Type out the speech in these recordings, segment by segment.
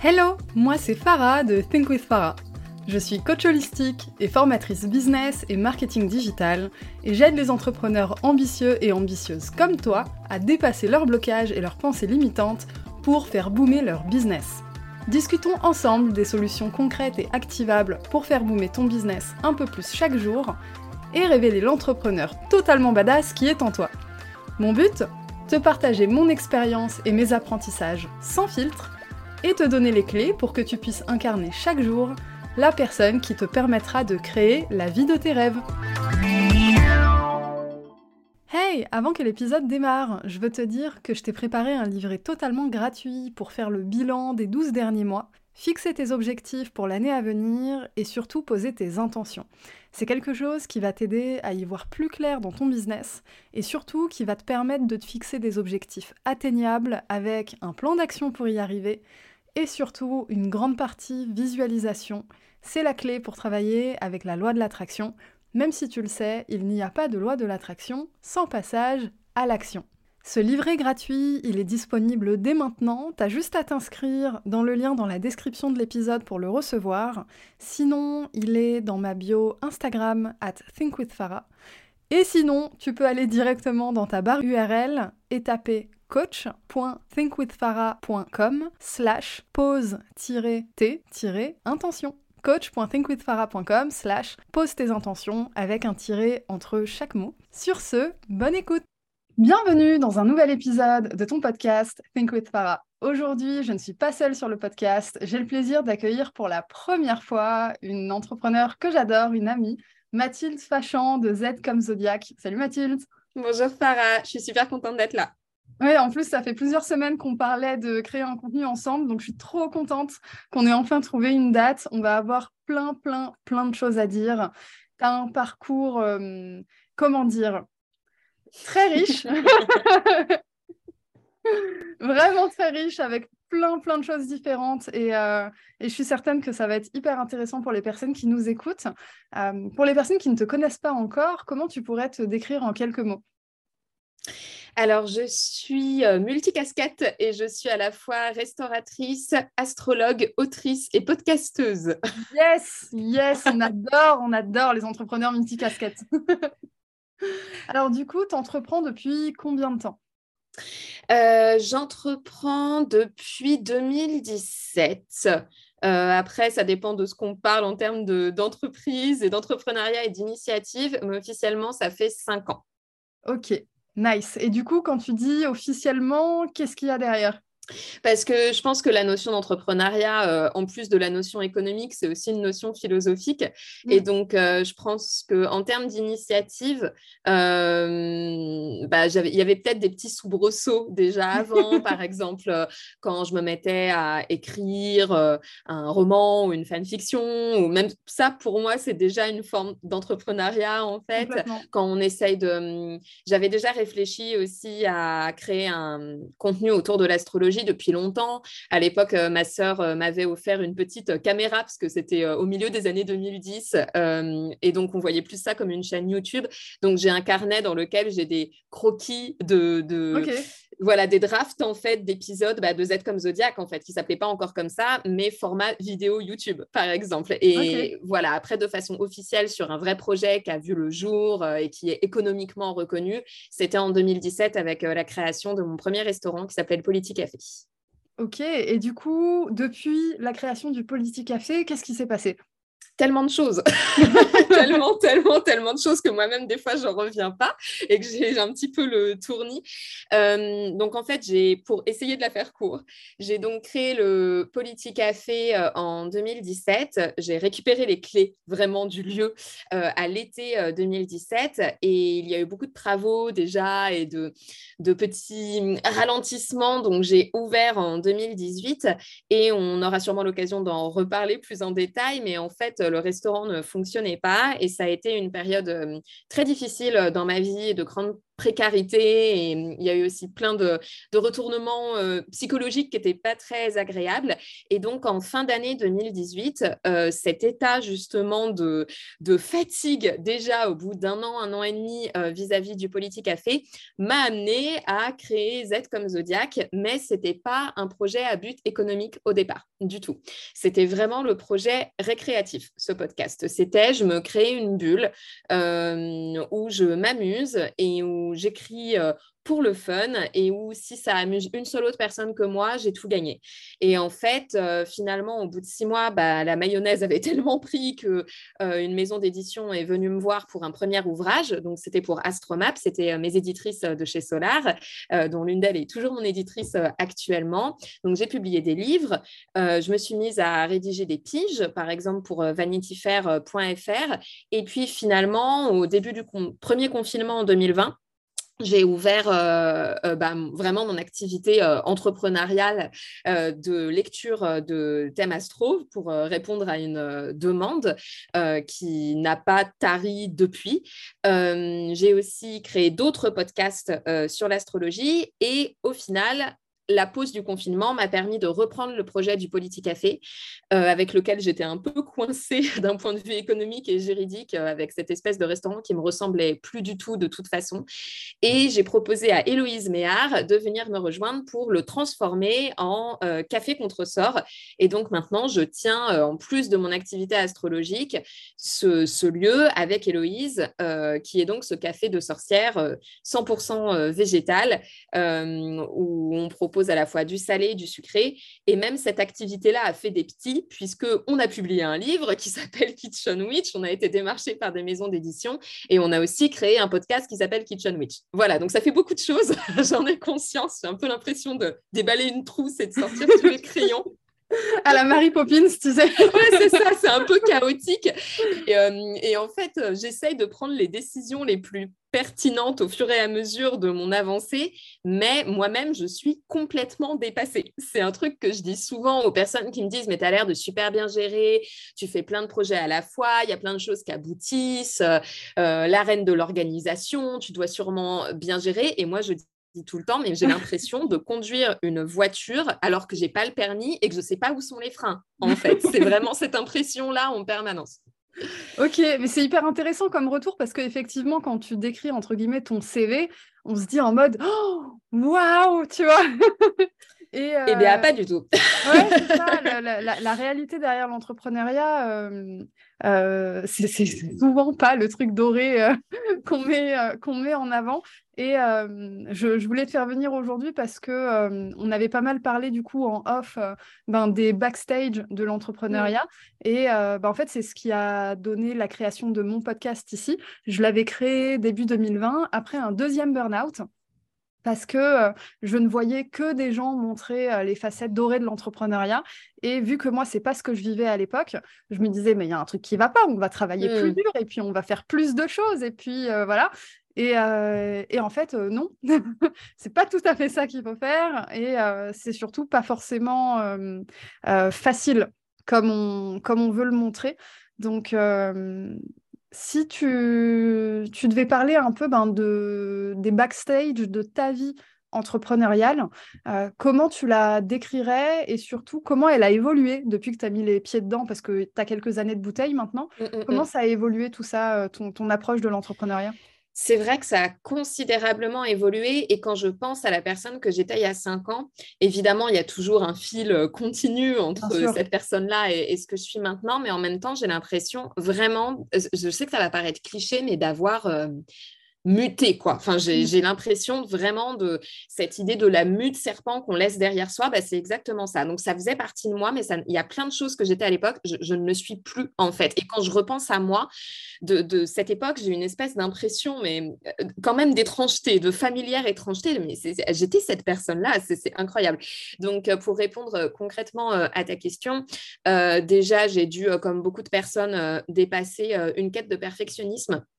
Hello, moi c'est Farah de Think with Farah. Je suis coach holistique et formatrice business et marketing digital et j'aide les entrepreneurs ambitieux et ambitieuses comme toi à dépasser leurs blocages et leurs pensées limitantes pour faire boomer leur business. Discutons ensemble des solutions concrètes et activables pour faire boomer ton business un peu plus chaque jour et révéler l'entrepreneur totalement badass qui est en toi. Mon but ? Te partager mon expérience et mes apprentissages sans filtre et te donner les clés pour que tu puisses incarner chaque jour la personne qui te permettra de créer la vie de tes rêves. Hey, avant que l'épisode démarre, je veux te dire que je t'ai préparé un livret totalement gratuit pour faire le bilan des 12 derniers mois, fixer tes objectifs pour l'année à venir et surtout poser tes intentions. C'est quelque chose qui va t'aider à y voir plus clair dans ton business et surtout qui va te permettre de te fixer des objectifs atteignables avec un plan d'action pour y arriver et surtout une grande partie visualisation. C'est la clé pour travailler avec la loi de l'attraction. Même si tu le sais, il n'y a pas de loi de l'attraction sans passage à l'action. Ce livret gratuit, il est disponible dès maintenant, t'as juste à t'inscrire dans le lien dans la description de l'épisode pour le recevoir. Sinon, il est dans ma bio Instagram @thinkwithfarah. Et sinon, tu peux aller directement dans ta barre URL et taper coach.thinkwithfarah.com/pause-t-intention. coach.thinkwithfarah.com/pose tes intentions avec un tiret entre chaque mot. Sur ce, bonne écoute! Bienvenue dans un nouvel épisode de ton podcast Think with Farah. Aujourd'hui, je ne suis pas seule sur le podcast. J'ai le plaisir d'accueillir pour la première fois une entrepreneure que j'adore, une amie, Mathilde Fachan de Z comme Zodiac. Salut Mathilde! Bonjour Farah, je suis super contente d'être là. Oui, en plus, ça fait plusieurs semaines qu'on parlait de créer un contenu ensemble, donc je suis trop contente qu'on ait enfin trouvé une date. On va avoir plein de choses à dire. Tu as un parcours, comment dire, très riche, vraiment très riche, avec plein de choses différentes et je suis certaine que ça va être hyper intéressant pour les personnes qui nous écoutent. Pour les personnes qui ne te connaissent pas encore, comment tu pourrais te décrire en quelques mots ? Alors, je suis multicasquette et je suis à la fois restauratrice, astrologue, autrice et podcasteuse. Yes, on adore les entrepreneurs multicasquettes. Alors du coup, tu entreprends depuis combien de temps ? J'entreprends depuis 2017. Après, ça dépend de ce qu'on parle en termes d'entreprise et d'entrepreneuriat et d'initiative, mais officiellement, ça fait 5 ans. Ok. Nice. Et du coup, quand tu dis officiellement, qu'est-ce qu'il y a derrière ? Parce que je pense que la notion d'entrepreneuriat, en plus de la notion économique, c'est aussi une notion philosophique. Et donc, je pense qu'en termes d'initiative, il y avait peut-être des petits soubresauts déjà avant. Par exemple, quand je me mettais à écrire un roman ou une fanfiction, ou même ça, pour moi, c'est déjà une forme d'entrepreneuriat, en fait. Quand on essaye de... J'avais déjà réfléchi aussi à créer un contenu autour de l'astrologie depuis longtemps. À l'époque, ma sœur m'avait offert une petite caméra parce que c'était au milieu des années 2010 et donc on voyait plus ça comme une chaîne YouTube. Donc j'ai un carnet dans lequel j'ai des croquis voilà, des drafts en fait d'épisodes de Z comme Zodiac en fait, qui s'appelait pas encore comme ça, mais format vidéo YouTube par exemple. Et voilà, après de façon officielle sur un vrai projet qui a vu le jour et qui est économiquement reconnu, c'était en 2017 avec la création de mon premier restaurant qui s'appelait le Politique Café. Ok, et du coup, depuis la création du Politique Café, qu'est-ce qui s'est passé ? Tellement de choses, tellement de choses que moi-même des fois j'en reviens pas et que j'ai un petit peu le tournis. Donc en fait, pour essayer de la faire court, j'ai donc créé le Politique Café en 2017. J'ai récupéré les clés vraiment du lieu à l'été 2017 et il y a eu beaucoup de travaux déjà et de petits ralentissements. Donc j'ai ouvert en 2018 et on aura sûrement l'occasion d'en reparler plus en détail, mais en fait le restaurant ne fonctionnait pas et ça a été une période très difficile dans ma vie, de grande précarité et il y a eu aussi plein de retournements psychologiques qui n'étaient pas très agréables. Et donc, en fin d'année 2018, cet état justement de fatigue déjà au bout d'un an et demi vis-à-vis du politique m'a amené à créer Z comme Zodiac, mais ce n'était pas un projet à but économique au départ, du tout. C'était vraiment le projet récréatif, ce podcast. C'était, je me crée une bulle où je m'amuse et où j'écris pour le fun et où si ça amuse une seule autre personne que moi, j'ai tout gagné. Et en fait, finalement, au bout de 6 mois, la mayonnaise avait tellement pris que une maison d'édition est venue me voir pour un premier ouvrage. Donc, c'était pour Astromap, c'était mes éditrices de chez Solar, dont l'une d'elles est toujours mon éditrice actuellement. Donc, j'ai publié des livres. Je me suis mise à rédiger des piges, par exemple pour vanityfair.fr. Et puis, finalement, au début du premier confinement en 2020, j'ai ouvert vraiment mon activité entrepreneuriale de lecture de thèmes astro pour répondre à une demande qui n'a pas tari depuis. J'ai aussi créé d'autres podcasts sur l'astrologie et au final, la pause du confinement m'a permis de reprendre le projet du Politicafé avec lequel j'étais un peu coincée d'un point de vue économique et juridique avec cette espèce de restaurant qui me ressemblait plus du tout de toute façon. Et j'ai proposé à Héloïse Méhard de venir me rejoindre pour le transformer en café contre sort. Et donc maintenant, je tiens, en plus de mon activité astrologique, ce lieu avec Héloïse, qui est donc ce café de sorcière 100% végétal, où on propose à la fois du salé et du sucré. Et même cette activité-là a fait des petits, puisqu'on a publié un livre qui s'appelle Kitchen Witch. On a été démarché par des maisons d'édition et on a aussi créé un podcast qui s'appelle Kitchen Witch. Voilà, donc ça fait beaucoup de choses. J'en ai conscience. J'ai un peu l'impression de déballer une trousse et de sortir tous les crayons. À la Mary Poppins, tu sais. Ouais, c'est ça, c'est un peu chaotique. Et en fait, j'essaye de prendre les décisions les plus pertinentes au fur et à mesure de mon avancée, mais moi-même, je suis complètement dépassée. C'est un truc que je dis souvent aux personnes qui me disent « mais tu as l'air de super bien gérer, tu fais plein de projets à la fois, il y a plein de choses qui aboutissent, la reine de l'organisation, tu dois sûrement bien gérer. » Et moi, je dis tout le temps, mais j'ai l'impression de conduire une voiture alors que j'ai pas le permis et que je sais pas où sont les freins. En fait, c'est vraiment cette impression-là en permanence. Ok, mais c'est hyper intéressant comme retour parce qu'effectivement, quand tu décris entre guillemets ton CV, on se dit en mode oh, waouh, tu vois. Eh bien, pas du tout. Ouais, c'est ça. La réalité derrière l'entrepreneuriat, c'est souvent pas le truc doré qu'on met en avant. Et je voulais te faire venir aujourd'hui parce que on avait pas mal parlé du coup en off des backstage de l'entrepreneuriat. Et en fait, c'est ce qui a donné la création de mon podcast ici. Je l'avais créé début 2020 après un deuxième burn-out, parce que je ne voyais que des gens montrer les facettes dorées de l'entrepreneuriat. Et vu que moi, c'est pas ce que je vivais à l'époque, je me disais, mais il y a un truc qui va pas, on va travailler plus dur et puis on va faire plus de choses. Et puis voilà. Et en fait, non, c'est pas tout à fait ça qu'il faut faire. Et c'est surtout pas forcément facile comme on veut le montrer. Donc, si tu devais parler un peu des backstage de ta vie entrepreneuriale, comment tu la décrirais et surtout comment elle a évolué depuis que tu as mis les pieds dedans, parce que tu as quelques années de bouteille maintenant. Comment ça a évolué tout ça, ton approche de l'entrepreneuriat? C'est vrai que ça a considérablement évolué et quand je pense à la personne que j'étais il y a 5 ans, évidemment, il y a toujours un fil continu entre cette personne-là et ce que je suis maintenant, mais en même temps, j'ai l'impression vraiment, je sais que ça va paraître cliché, mais d'avoir muté, quoi. Enfin, j'ai l'impression vraiment de cette idée de la mue de serpent qu'on laisse derrière soi, c'est exactement ça. Donc, ça faisait partie de moi, mais il y a plein de choses que j'étais à l'époque, je ne le suis plus, en fait. Et quand je repense à moi, de cette époque, j'ai une espèce d'impression, mais quand même d'étrangeté, de familière étrangeté, mais j'étais cette personne-là, c'est incroyable. Donc, pour répondre concrètement à ta question, déjà, j'ai dû, comme beaucoup de personnes, dépasser une quête de perfectionnisme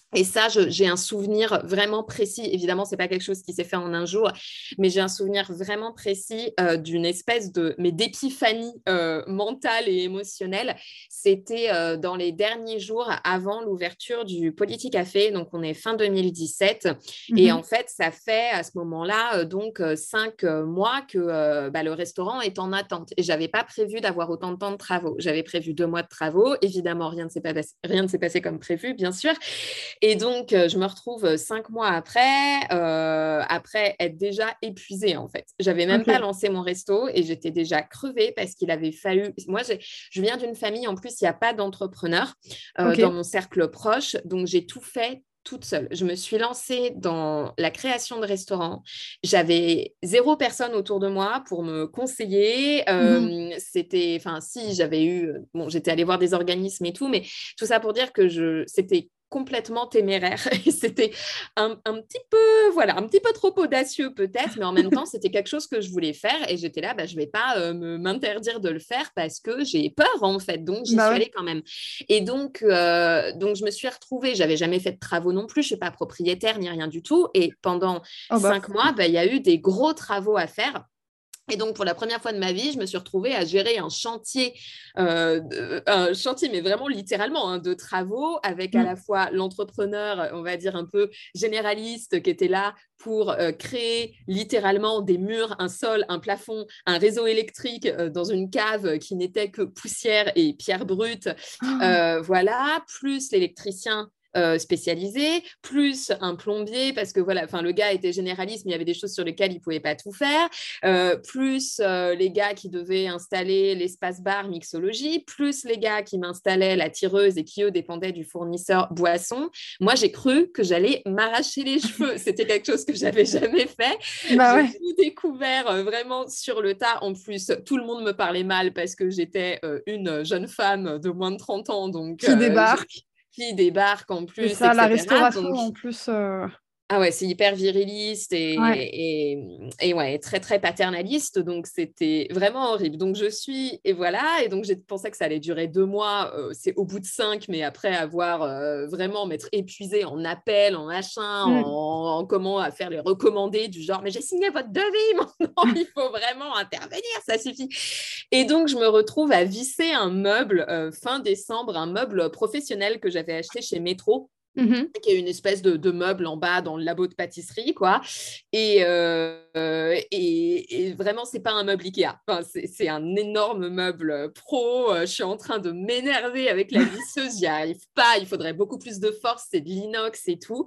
Et ça, j'ai un souvenir vraiment précis. Évidemment, c'est pas quelque chose qui s'est fait en un jour, mais j'ai un souvenir vraiment précis d'une espèce d'épiphanie mentale et émotionnelle. C'était dans les derniers jours avant l'ouverture du Politique Café. Donc, on est fin 2017. Et en fait, ça fait à ce moment-là, 5 mois que le restaurant est en attente. Et j'avais pas prévu d'avoir autant de temps de travaux. J'avais prévu 2 mois de travaux. Évidemment, rien ne s'est passé comme prévu, bien sûr. Et donc, je me retrouve 5 mois après être déjà épuisée, en fait. J'avais même pas lancé mon resto et j'étais déjà crevée parce qu'il avait fallu... Moi, je viens d'une famille, en plus, il n'y a pas d'entrepreneur dans mon cercle proche. Donc, j'ai tout fait toute seule. Je me suis lancée dans la création de restaurants. J'avais 0 personne autour de moi pour me conseiller. J'avais eu... Bon, j'étais allée voir des organismes et tout, mais tout ça pour dire que c'était complètement téméraire et c'était un petit peu trop audacieux peut-être, mais en même temps c'était quelque chose que je voulais faire et j'étais là, je vais pas m'interdire de le faire parce que j'ai peur en fait, donc j'y suis allée quand même. Et donc je me suis retrouvée, j'avais jamais fait de travaux non plus, je suis pas propriétaire ni rien du tout, et pendant 5 mois il y a eu des gros travaux à faire. Et donc, pour la première fois de ma vie, je me suis retrouvée à gérer un chantier, mais vraiment littéralement, de travaux, avec à la fois l'entrepreneur, on va dire un peu généraliste, qui était là pour créer littéralement des murs, un sol, un plafond, un réseau électrique dans une cave qui n'était que poussière et pierre brute. Voilà, plus l'électricien spécialisé, plus un plombier, parce que voilà, le gars était généraliste, mais il y avait des choses sur lesquelles il ne pouvait pas tout faire, plus les gars qui devaient installer l'espace bar mixologie, plus les gars qui m'installaient la tireuse et qui, eux, dépendaient du fournisseur boisson. Moi, j'ai cru que j'allais m'arracher les cheveux. C'était quelque chose que je n'avais jamais fait. J'ai tout découvert vraiment sur le tas. En plus, tout le monde me parlait mal parce que j'étais une jeune femme de moins de 30 ans. Donc, qui débarque en plus, ça, etc. la restauration donc, en plus. Ah ouais, c'est hyper viriliste et ouais, très, très paternaliste. Donc, c'était vraiment horrible. Donc, et voilà. Et donc, j'ai pensé que ça allait durer 2 mois. C'est au bout de 5, mais après avoir vraiment m'être épuisée en appel, en machin, en comment à faire les recommandés du genre, mais j'ai signé votre devis, maintenant, il faut vraiment intervenir, ça suffit. Et donc, je me retrouve à visser un meuble fin décembre, un meuble professionnel que j'avais acheté chez Métro. Qui est une espèce de meuble en bas dans le labo de pâtisserie, quoi. Et vraiment, c'est pas un meuble Ikea. C'est un énorme meuble pro. Je suis en train de m'énerver avec la visseuse. J'y arrive pas. Il faudrait beaucoup plus de force. C'est de l'inox et tout.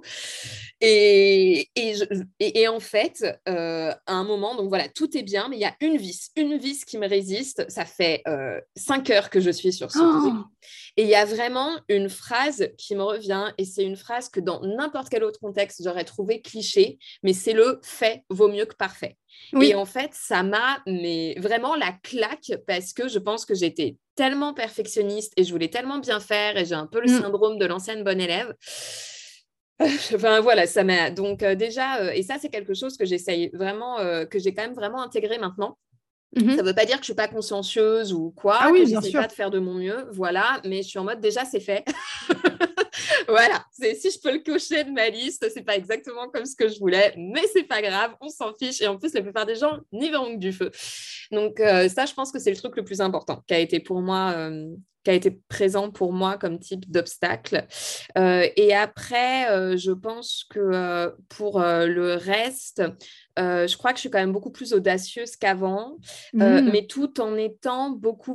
Et en fait, à un moment, donc voilà, tout est bien, mais il y a une vis qui me résiste. Ça fait 5 heures que je suis sur ce truc. Et il y a vraiment une phrase qui me revient, et c'est une phrase que dans n'importe quel autre contexte, j'aurais trouvé cliché, mais c'est le « fait vaut mieux que parfait ». Et en fait, ça m'a vraiment la claque, parce que je pense que j'étais tellement perfectionniste et je voulais tellement bien faire, et j'ai un peu le syndrome de l'ancienne bonne élève. Voilà, ça m'a... Donc déjà, et ça, c'est quelque chose que j'essaye vraiment, que j'ai quand même vraiment intégré maintenant. Ça ne veut pas dire que je ne suis pas consciencieuse ou quoi, que je n'essaie pas de faire de mon mieux, voilà, mais je suis en mode déjà c'est fait. Voilà, si je peux le cocher de ma liste, c'est pas exactement comme ce que je voulais, mais c'est pas grave, on s'en fiche, et en plus la plupart des gens n'y verront que du feu. Donc ça, je pense que c'est le truc le plus important qui a été pour moi, qui a été présent pour moi comme type d'obstacle. Et après, je pense que pour le reste, je crois que je suis quand même beaucoup plus audacieuse qu'avant, mais tout en étant beaucoup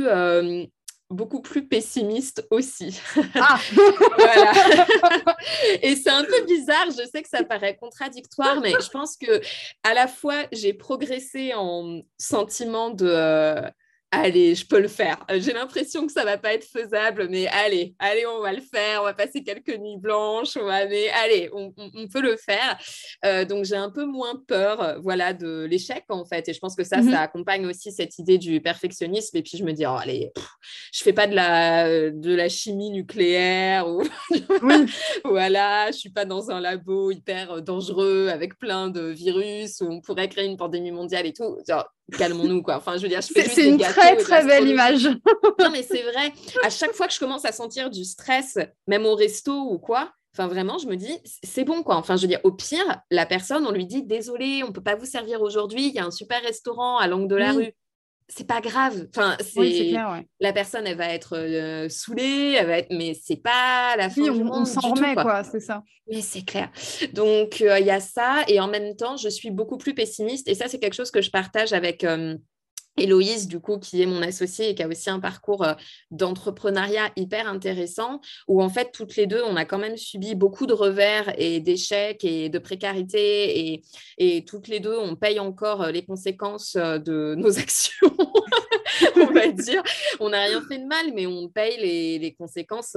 plus pessimiste aussi. Voilà. Et c'est un peu bizarre, je sais que ça paraît contradictoire, mais je pense que à la fois j'ai progressé en sentiment de allez, je peux le faire. J'ai l'impression que ça va pas être faisable, mais allez, on va le faire. On va passer quelques nuits blanches. Mais allez, on peut le faire. Donc, j'ai un peu moins peur, voilà, de l'échec, en fait. Et je pense que ça accompagne aussi cette idée du perfectionnisme. Et puis, je me dis, oh, allez, je fais pas de la chimie nucléaire ou voilà, je suis pas dans un labo hyper dangereux avec plein de virus où on pourrait créer une pandémie mondiale et tout. Genre, calmons-nous, quoi. Enfin, je veux dire, je fais juste des gâteaux. C'est une très belle image. Non, mais c'est vrai. À chaque fois que je commence à sentir du stress, même au resto ou quoi, Enfin, vraiment, je me dis, c'est bon, quoi. Enfin, je veux dire, au pire, la personne, on lui dit, désolé, on ne peut pas vous servir aujourd'hui, il y a un super restaurant à l'angle de la Oui, rue. C'est pas grave. Enfin, oui, c'est c'est clair, ouais. la personne, elle va être saoulée, elle va être... mais c'est pas la Oui, fin du on monde s'en du tout, remet, quoi. quoi, c'est ça. Mais c'est clair. Donc, il y a ça. Et en même temps, je suis beaucoup plus pessimiste. Et ça, c'est quelque chose que je partage avec Héloïse, du coup, qui est mon associée et qui a aussi un parcours d'entrepreneuriat hyper intéressant, où en fait, toutes les deux, on a quand même subi beaucoup de revers et d'échecs et de précarité. Et toutes les deux, on paye encore les conséquences de nos actions. On va dire. On n'a rien fait de mal, mais on paye les conséquences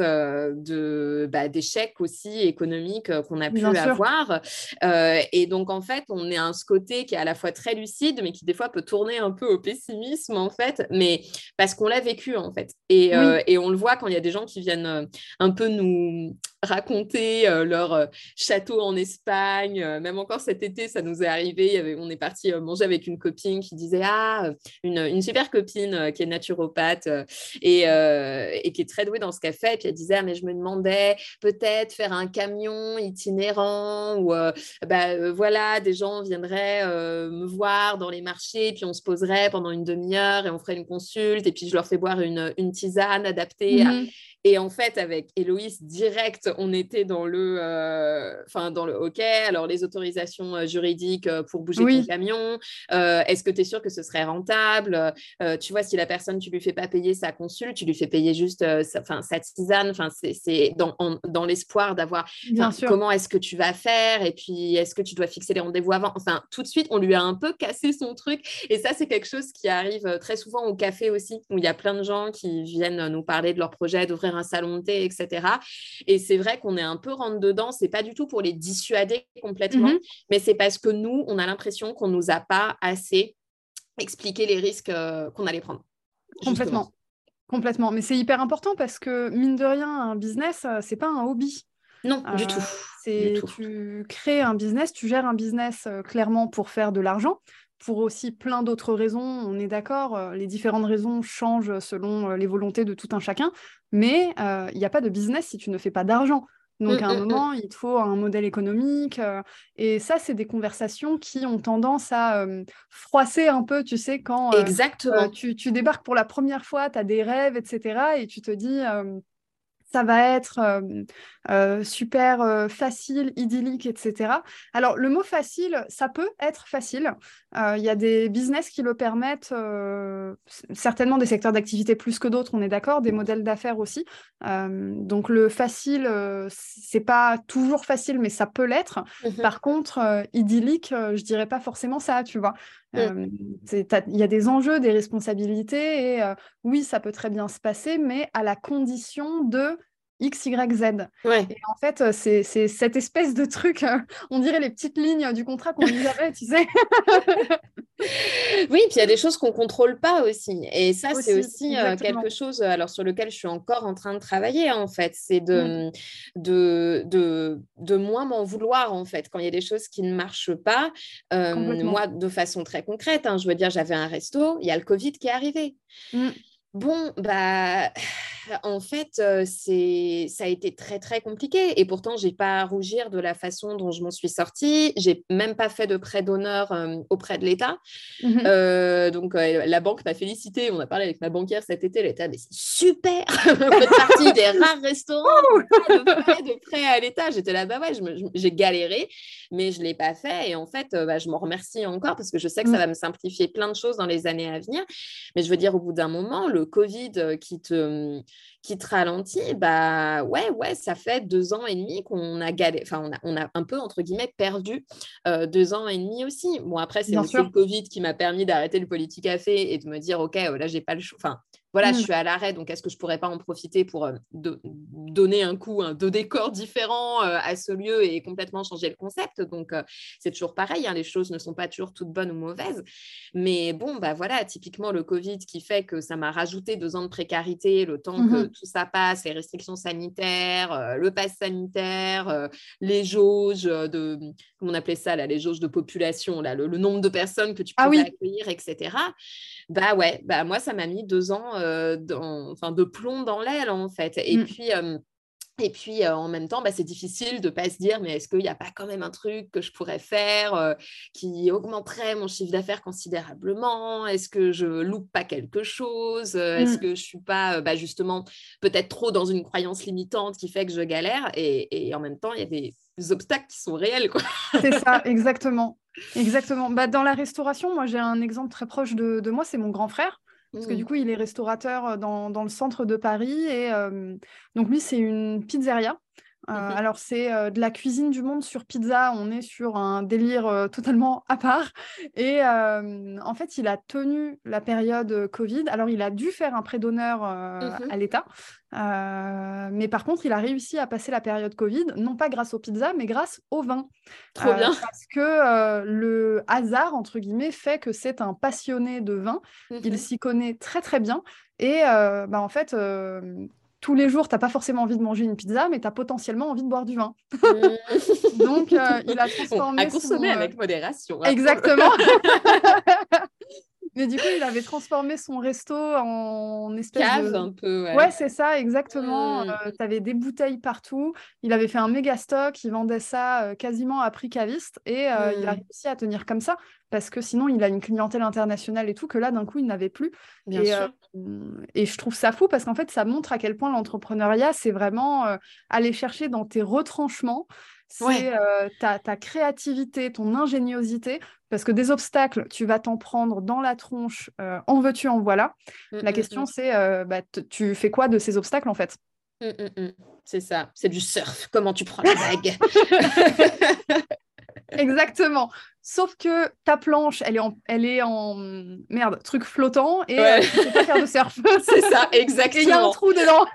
d'échecs aussi économiques qu'on a Bien pu sûr. avoir. Et donc, en fait, on est à ce côté qui est à la fois très lucide, mais qui des fois peut tourner un peu au pessimisme, en fait, mais parce qu'on l'a vécu, en fait. Oui, Et on le voit quand il y a des gens qui viennent un peu nous raconter leur château en Espagne. Même encore cet été, ça nous est arrivé. On est parti manger avec une copine qui disait ah, une super copine qui est naturopathe et qui est très douée dans ce qu'elle fait. Et puis elle disait, ah, mais je me demandais peut-être faire un camion itinérant où voilà, des gens viendraient me voir dans les marchés, puis on se poserait pendant une demi-heure et on ferait une consulte, et puis je leur fais boire une tisane adaptée à... mhm. Et en fait, avec Héloïse, direct, on était dans le OK. Alors, les autorisations juridiques pour bouger ton Oui, camion. Est-ce que tu es sûr que ce serait rentable? Tu vois, si la personne, tu lui fais pas payer sa consulte, tu lui fais payer juste sa tisane. Enfin, c'est dans l'espoir d'avoir... bien Enfin, sûr. comment est-ce que tu vas faire? Et puis, est-ce que tu dois fixer les rendez-vous avant? Enfin, tout de suite, on lui a un peu cassé son truc. Et ça, c'est quelque chose qui arrive très souvent au café aussi, où il y a plein de gens qui viennent nous parler de leur projet d'ouvrir un salon de thé, etc. Et c'est vrai qu'on est un peu rentre dedans. C'est pas du tout pour les dissuader complètement, Mhm. mais c'est parce que nous, on a l'impression qu'on nous a pas assez expliqué les risques qu'on allait prendre, justement. Complètement. Complètement. Mais c'est hyper important parce que, mine de rien, un business, c'est pas un hobby. Non, du tout, du C'est tout. tu crées un business, tu gères un business clairement pour faire de l'argent, pour aussi plein d'autres raisons, on est d'accord, les différentes raisons changent selon les volontés de tout un chacun, mais il n'y a pas de business si tu ne fais pas d'argent. Donc à un moment, il te faut un modèle économique, et ça, c'est des conversations qui ont tendance à froisser un peu, tu sais, quand Exactement. tu débarques pour la première fois, tu as des rêves, etc., et tu te dis ça va être super facile, idyllique, etc. Alors, le mot facile, ça peut être facile. Il y a des business qui le permettent, certainement des secteurs d'activité plus que d'autres, on est d'accord, des modèles d'affaires aussi. Donc, le facile, c'est pas toujours facile, mais ça peut l'être. Mhm. Par contre, idyllique, je dirais pas forcément ça, tu vois. Mm. Il y a des enjeux, des responsabilités, et oui, ça peut très bien se passer, mais à la condition de X, Y, Z. Ouais. Et en fait, c'est cette espèce de truc, on dirait les petites lignes du contrat qu'on lit jamais, tu sais. Oui, puis il y a des choses qu'on ne contrôle pas aussi. Et ça, c'est Aussi, aussi quelque exactement. chose alors, sur lequel je suis encore en train de travailler, en fait. C'est Mm, de moins m'en vouloir, en fait, quand il y a des choses qui ne marchent pas. complètement. Moi, de façon très concrète, hein, je veux dire, j'avais un resto, il y a le Covid qui est arrivé. Mm, Bon, bah, en fait, ça a été très, très compliqué. Et pourtant, j'ai pas à rougir de la façon dont je m'en suis sortie. J'ai même pas fait de prêt d'honneur auprès de l'État. mhm. Donc, la banque m'a félicité. On a parlé avec ma banquière cet été. Elle était, mais c'est super! Vous faites partie des rares restaurants qui n'ont pas de prêt à l'État. J'étais là, bah ouais, j'ai galéré, mais je ne l'ai pas fait. Et en fait, je m'en remercie encore parce que je sais que ça Mm, va me simplifier plein de choses dans les années à venir. Mais je veux dire, au bout d'un moment, le Covid qui te ralentit, bah ouais, ça fait 2 ans et demi qu'on a galéré, enfin, on a un peu, entre guillemets, perdu 2 ans et demi aussi. Bon, après, c'est bien aussi sûr. le Covid qui m'a permis d'arrêter le Politicafé et de me dire, OK, là, j'ai pas le choix. Enfin, voilà, je Mm, suis à l'arrêt, donc est-ce que je pourrais pas en profiter pour donner un coup de décor différent à ce lieu et complètement changer le concept? Donc, c'est toujours pareil, hein, les choses ne sont pas toujours toutes bonnes ou mauvaises. Mais bon, bah voilà, typiquement le Covid qui fait que ça m'a rajouté 2 ans de précarité, le temps que mhm. tout ça passe, les restrictions sanitaires, le pass sanitaire, les jauges comment on appelait ça, là, les jauges de population, là, le nombre de personnes que tu Ah pouvais oui, accueillir, etc. Bah ouais, bah moi, ça m'a mis 2 ans enfin, de plomb dans l'aile, en fait. Et mm, puis, Et puis, en même temps, c'est difficile de ne pas se dire, mais est-ce qu'il n'y a pas quand même un truc que je pourrais faire qui augmenterait mon chiffre d'affaires considérablement? Est-ce que je loupe pas quelque chose? Est-ce que je ne suis pas justement peut-être trop dans une croyance limitante qui fait que je galère? Et en même temps, il y a des obstacles qui sont réels, quoi. C'est ça, exactement. Exactement. Dans la restauration, moi, j'ai un exemple très proche de moi, c'est mon grand frère. Parce que du coup, il est restaurateur dans le centre de Paris. Et donc, lui, c'est une pizzeria. Alors, c'est de la cuisine du monde sur pizza. On est sur un délire totalement à part. Et en fait, il a tenu la période Covid. Alors, il a dû faire un prêt d'honneur à l'État. Mais par contre, il a réussi à passer la période Covid, non pas grâce aux pizzas, mais grâce au vin. Trop bien. Parce que le hasard, entre guillemets, fait que c'est un passionné de vin. Il s'y connaît très, très bien. Et en fait, tous les jours, tu n'as pas forcément envie de manger une pizza, mais tu as potentiellement envie de boire du vin. Donc, il a transformé à consommer avec modération. Exactement. Mais du coup, il avait transformé son resto en espèce cave un peu, ouais, c'est ça, exactement. Tu avais des bouteilles partout. Il avait fait un méga stock. Il vendait ça quasiment à prix caviste. Et il a réussi à tenir comme ça. Parce que sinon, il a une clientèle internationale et tout, que là, d'un coup, il n'avait plus. Bien sûr. Et je trouve ça fou parce qu'en fait, ça montre à quel point l'entrepreneuriat, c'est vraiment aller chercher dans tes retranchements. C'est ta créativité, ton ingéniosité. Parce que des obstacles, tu vas t'en prendre dans la tronche, en veux-tu, en voilà. La question, c'est, tu fais quoi de ces obstacles, en fait? C'est ça, c'est du surf. Comment tu prends la vague? Exactement. Sauf que ta planche, elle est en merde, truc flottant, et tu ne sais pas faire de surf. C'est ça, exactement. Et il y a un trou dedans.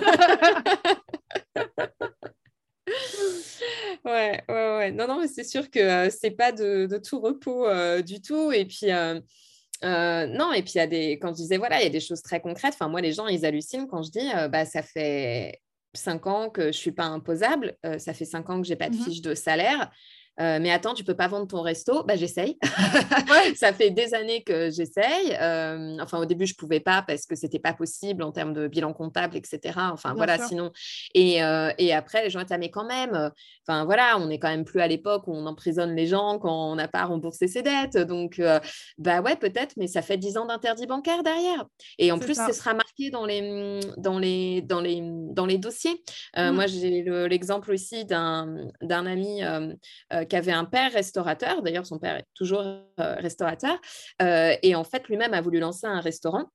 Ouais. Non, mais c'est sûr que c'est pas de tout repos du tout. Et puis, non, et puis il y a quand je disais, voilà, il y a des choses très concrètes. Enfin, moi, les gens, ils hallucinent quand je dis, ça fait 5 ans que je suis pas imposable, ça fait 5 ans que j'ai pas de fiche de salaire. Mais attends, tu peux pas vendre ton resto? J'essaye. Ça fait des années que j'essaye. Enfin, au début, je pouvais pas parce que c'était pas possible en termes de bilan comptable, etc. Enfin, Bien voilà, sûr. sinon. Et après, les gens étaient, mais quand même, enfin, voilà, on n'est quand même plus à l'époque où on emprisonne les gens quand on n'a pas remboursé ses dettes. Donc, ouais, peut-être, mais ça fait 10 ans d'interdit bancaire derrière. Et en plus, ça. ce sera marqué dans les dossiers. Moi, j'ai l'exemple aussi d'un ami qui avait un père restaurateur. D'ailleurs, son père est toujours restaurateur. Et en fait, lui-même a voulu lancer un restaurant.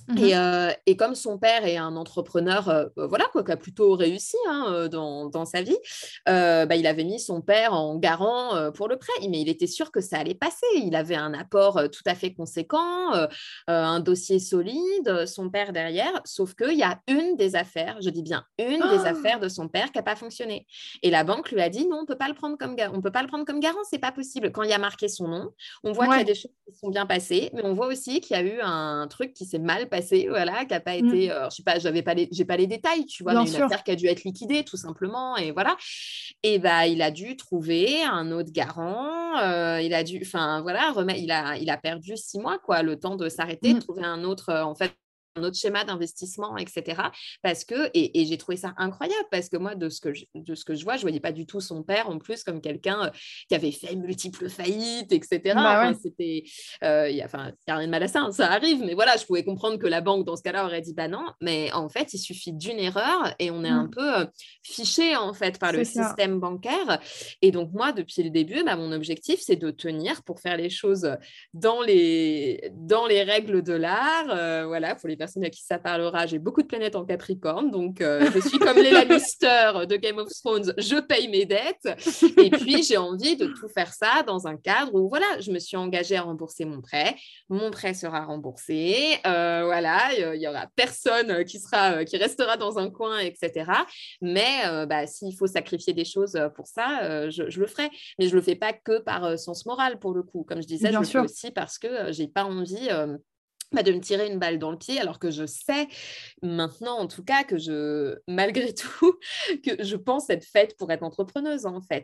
Et comme son père est un entrepreneur voilà, quoi, qui a plutôt réussi dans sa vie, il avait mis son père en garant pour le prêt. Mais il était sûr que ça allait passer. Il avait un apport tout à fait conséquent, un dossier solide, son père derrière. Sauf qu'il y a une des affaires, je dis bien une des affaires de son père qui n'a pas fonctionné. Et la banque lui a dit non, on ne peut pas le prendre comme garant. On peut pas le prendre comme garant, c'est pas possible. Quand il y a marqué son nom, on voit qu'il y a des choses qui sont bien passées, mais on voit aussi qu'il y a eu un truc qui s'est mal passé, voilà, qui n'a pas été, je sais pas, j'ai pas les détails, tu vois, Bien mais sûr. une affaire qui a dû être liquidée, tout simplement, et voilà. Et il a dû trouver un autre garant, il a dû, enfin, voilà, il a perdu 6 mois, quoi, le temps de s'arrêter, de trouver un autre, en fait, un autre schéma d'investissement, etc. Parce que, et j'ai trouvé ça incroyable, parce que moi, de ce que je vois, je voyais pas du tout son père, en plus, comme quelqu'un qui avait fait multiples faillites, etc. Enfin, c'était, il y a rien de mal à ça, hein, ça arrive, mais voilà, je pouvais comprendre que la banque, dans ce cas-là, aurait dit bah non, mais en fait, il suffit d'une erreur et on est un peu fiché, en fait, par le système bancaire. Et donc, moi, depuis le début, mon objectif, c'est de tenir pour faire les choses dans les règles de l'art. Voilà, pour les personnes à qui ça parlera, j'ai beaucoup de planètes en Capricorne, donc je suis comme les Lannister de Game of Thrones, je paye mes dettes. Et puis, j'ai envie de tout faire ça dans un cadre où, voilà, je me suis engagée à rembourser mon prêt sera remboursé, voilà, il y aura personne qui restera dans un coin, etc. Mais s'il faut sacrifier des choses pour ça, je le ferai. Mais je le fais pas que par sens moral, pour le coup. Comme je disais, je le fais aussi parce que j'ai pas envie de me tirer une balle dans le pied, alors que je sais maintenant, en tout cas, que malgré tout, que je pense être faite pour être entrepreneuse, en fait.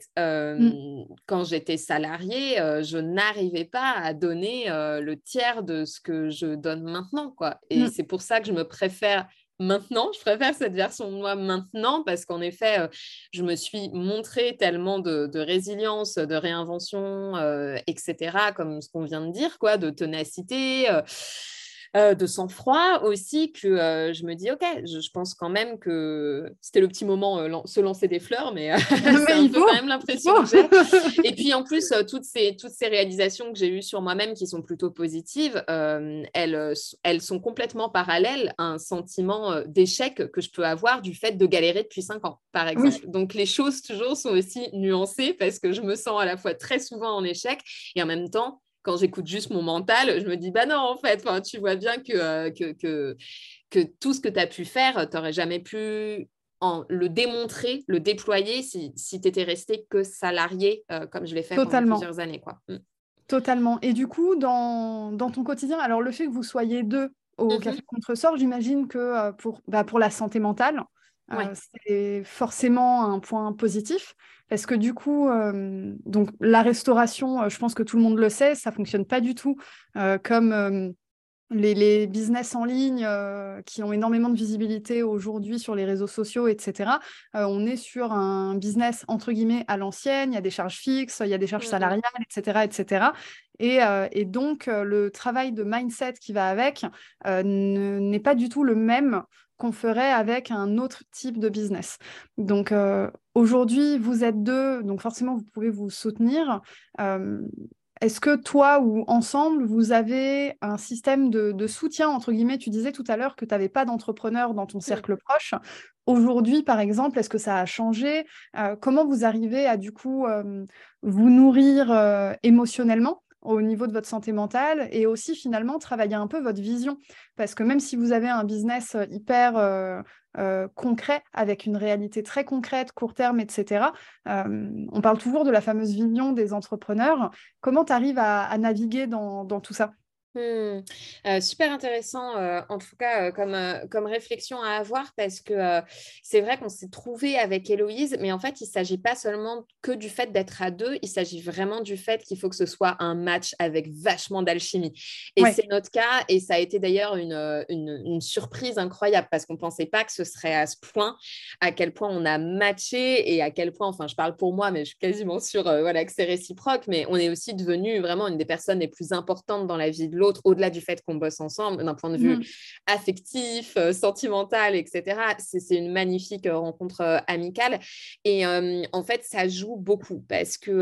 Quand j'étais salariée, je n'arrivais pas à donner le tiers de ce que je donne maintenant, quoi. Et c'est pour ça que je me préfère maintenant. Je préfère cette version de moi maintenant parce qu'en effet, je me suis montré tellement de résilience, de réinvention, etc., comme ce qu'on vient de dire, quoi, de ténacité. De sang-froid aussi que je me dis, OK, je pense quand même que c'était le petit moment se lancer des fleurs, mais c'est Mais un il peu faut, quand même il l'impression que j'ai. faut. Et puis en plus, toutes ces réalisations que j'ai eues sur moi-même qui sont plutôt positives, elles sont complètement parallèles à un sentiment d'échec que je peux avoir du fait de galérer depuis 5 ans, par Oui, exemple. Donc les choses toujours sont aussi nuancées parce que je me sens à la fois très souvent en échec et en même temps, quand j'écoute juste mon mental, je me dis, bah non, en fait, tu vois bien que tout ce que tu as pu faire, tu n'aurais jamais pu le démontrer, le déployer si tu étais resté que salarié, comme je l'ai fait pendant totalement. plusieurs années, quoi. Totalement. Et du coup, dans ton quotidien, alors le fait que vous soyez deux au Café Mhm. Contresort, j'imagine que pour la santé mentale, Ouais. c'est forcément un point positif. Parce que du coup, donc la restauration, je pense que tout le monde le sait, ça fonctionne pas du tout comme les business en ligne qui ont énormément de visibilité aujourd'hui sur les réseaux sociaux, etc. On est sur un business entre guillemets à l'ancienne, il y a des charges fixes, il y a des charges Mhm. salariales, etc. etc. Et donc, le travail de mindset qui va avec n'est pas du tout le même qu'on ferait avec un autre type de business. Donc, aujourd'hui, vous êtes deux, donc forcément, vous pouvez vous soutenir. Euh, Est-ce que toi ou ensemble, vous avez un système de soutien, entre guillemets? Tu disais tout à l'heure que tu n'avais pas d'entrepreneur dans ton Mhm. cercle proche. Aujourd'hui, par exemple, est-ce que ça a changé? Comment vous arrivez à, du coup, vous nourrir émotionnellement au niveau de votre santé mentale et aussi finalement travailler un peu votre vision? Parce que même si vous avez un business hyper concret, avec une réalité très concrète, court terme, etc., on parle toujours de la fameuse vision des entrepreneurs. Comment tu arrives à naviguer dans tout ça? Hmm. Super intéressant, en tout cas, comme réflexion à avoir, parce que c'est vrai qu'on s'est trouvé avec Héloïse, mais en fait, il ne s'agit pas seulement que du fait d'être à deux, il s'agit vraiment du fait qu'il faut que ce soit un match avec vachement d'alchimie. Et Ouais. c'est notre cas, et ça a été d'ailleurs une surprise incroyable, parce qu'on ne pensait pas que ce serait à ce point, à quel point on a matché, et à quel point, enfin, je parle pour moi, mais je suis quasiment sûre voilà, que c'est réciproque, mais on est aussi devenu vraiment une des personnes les plus importantes dans la vie de l'autre, au-delà du fait qu'on bosse ensemble, d'un point de vue Mhm. affectif, sentimental, etc. C'est une magnifique rencontre amicale. Et en fait, ça joue beaucoup parce que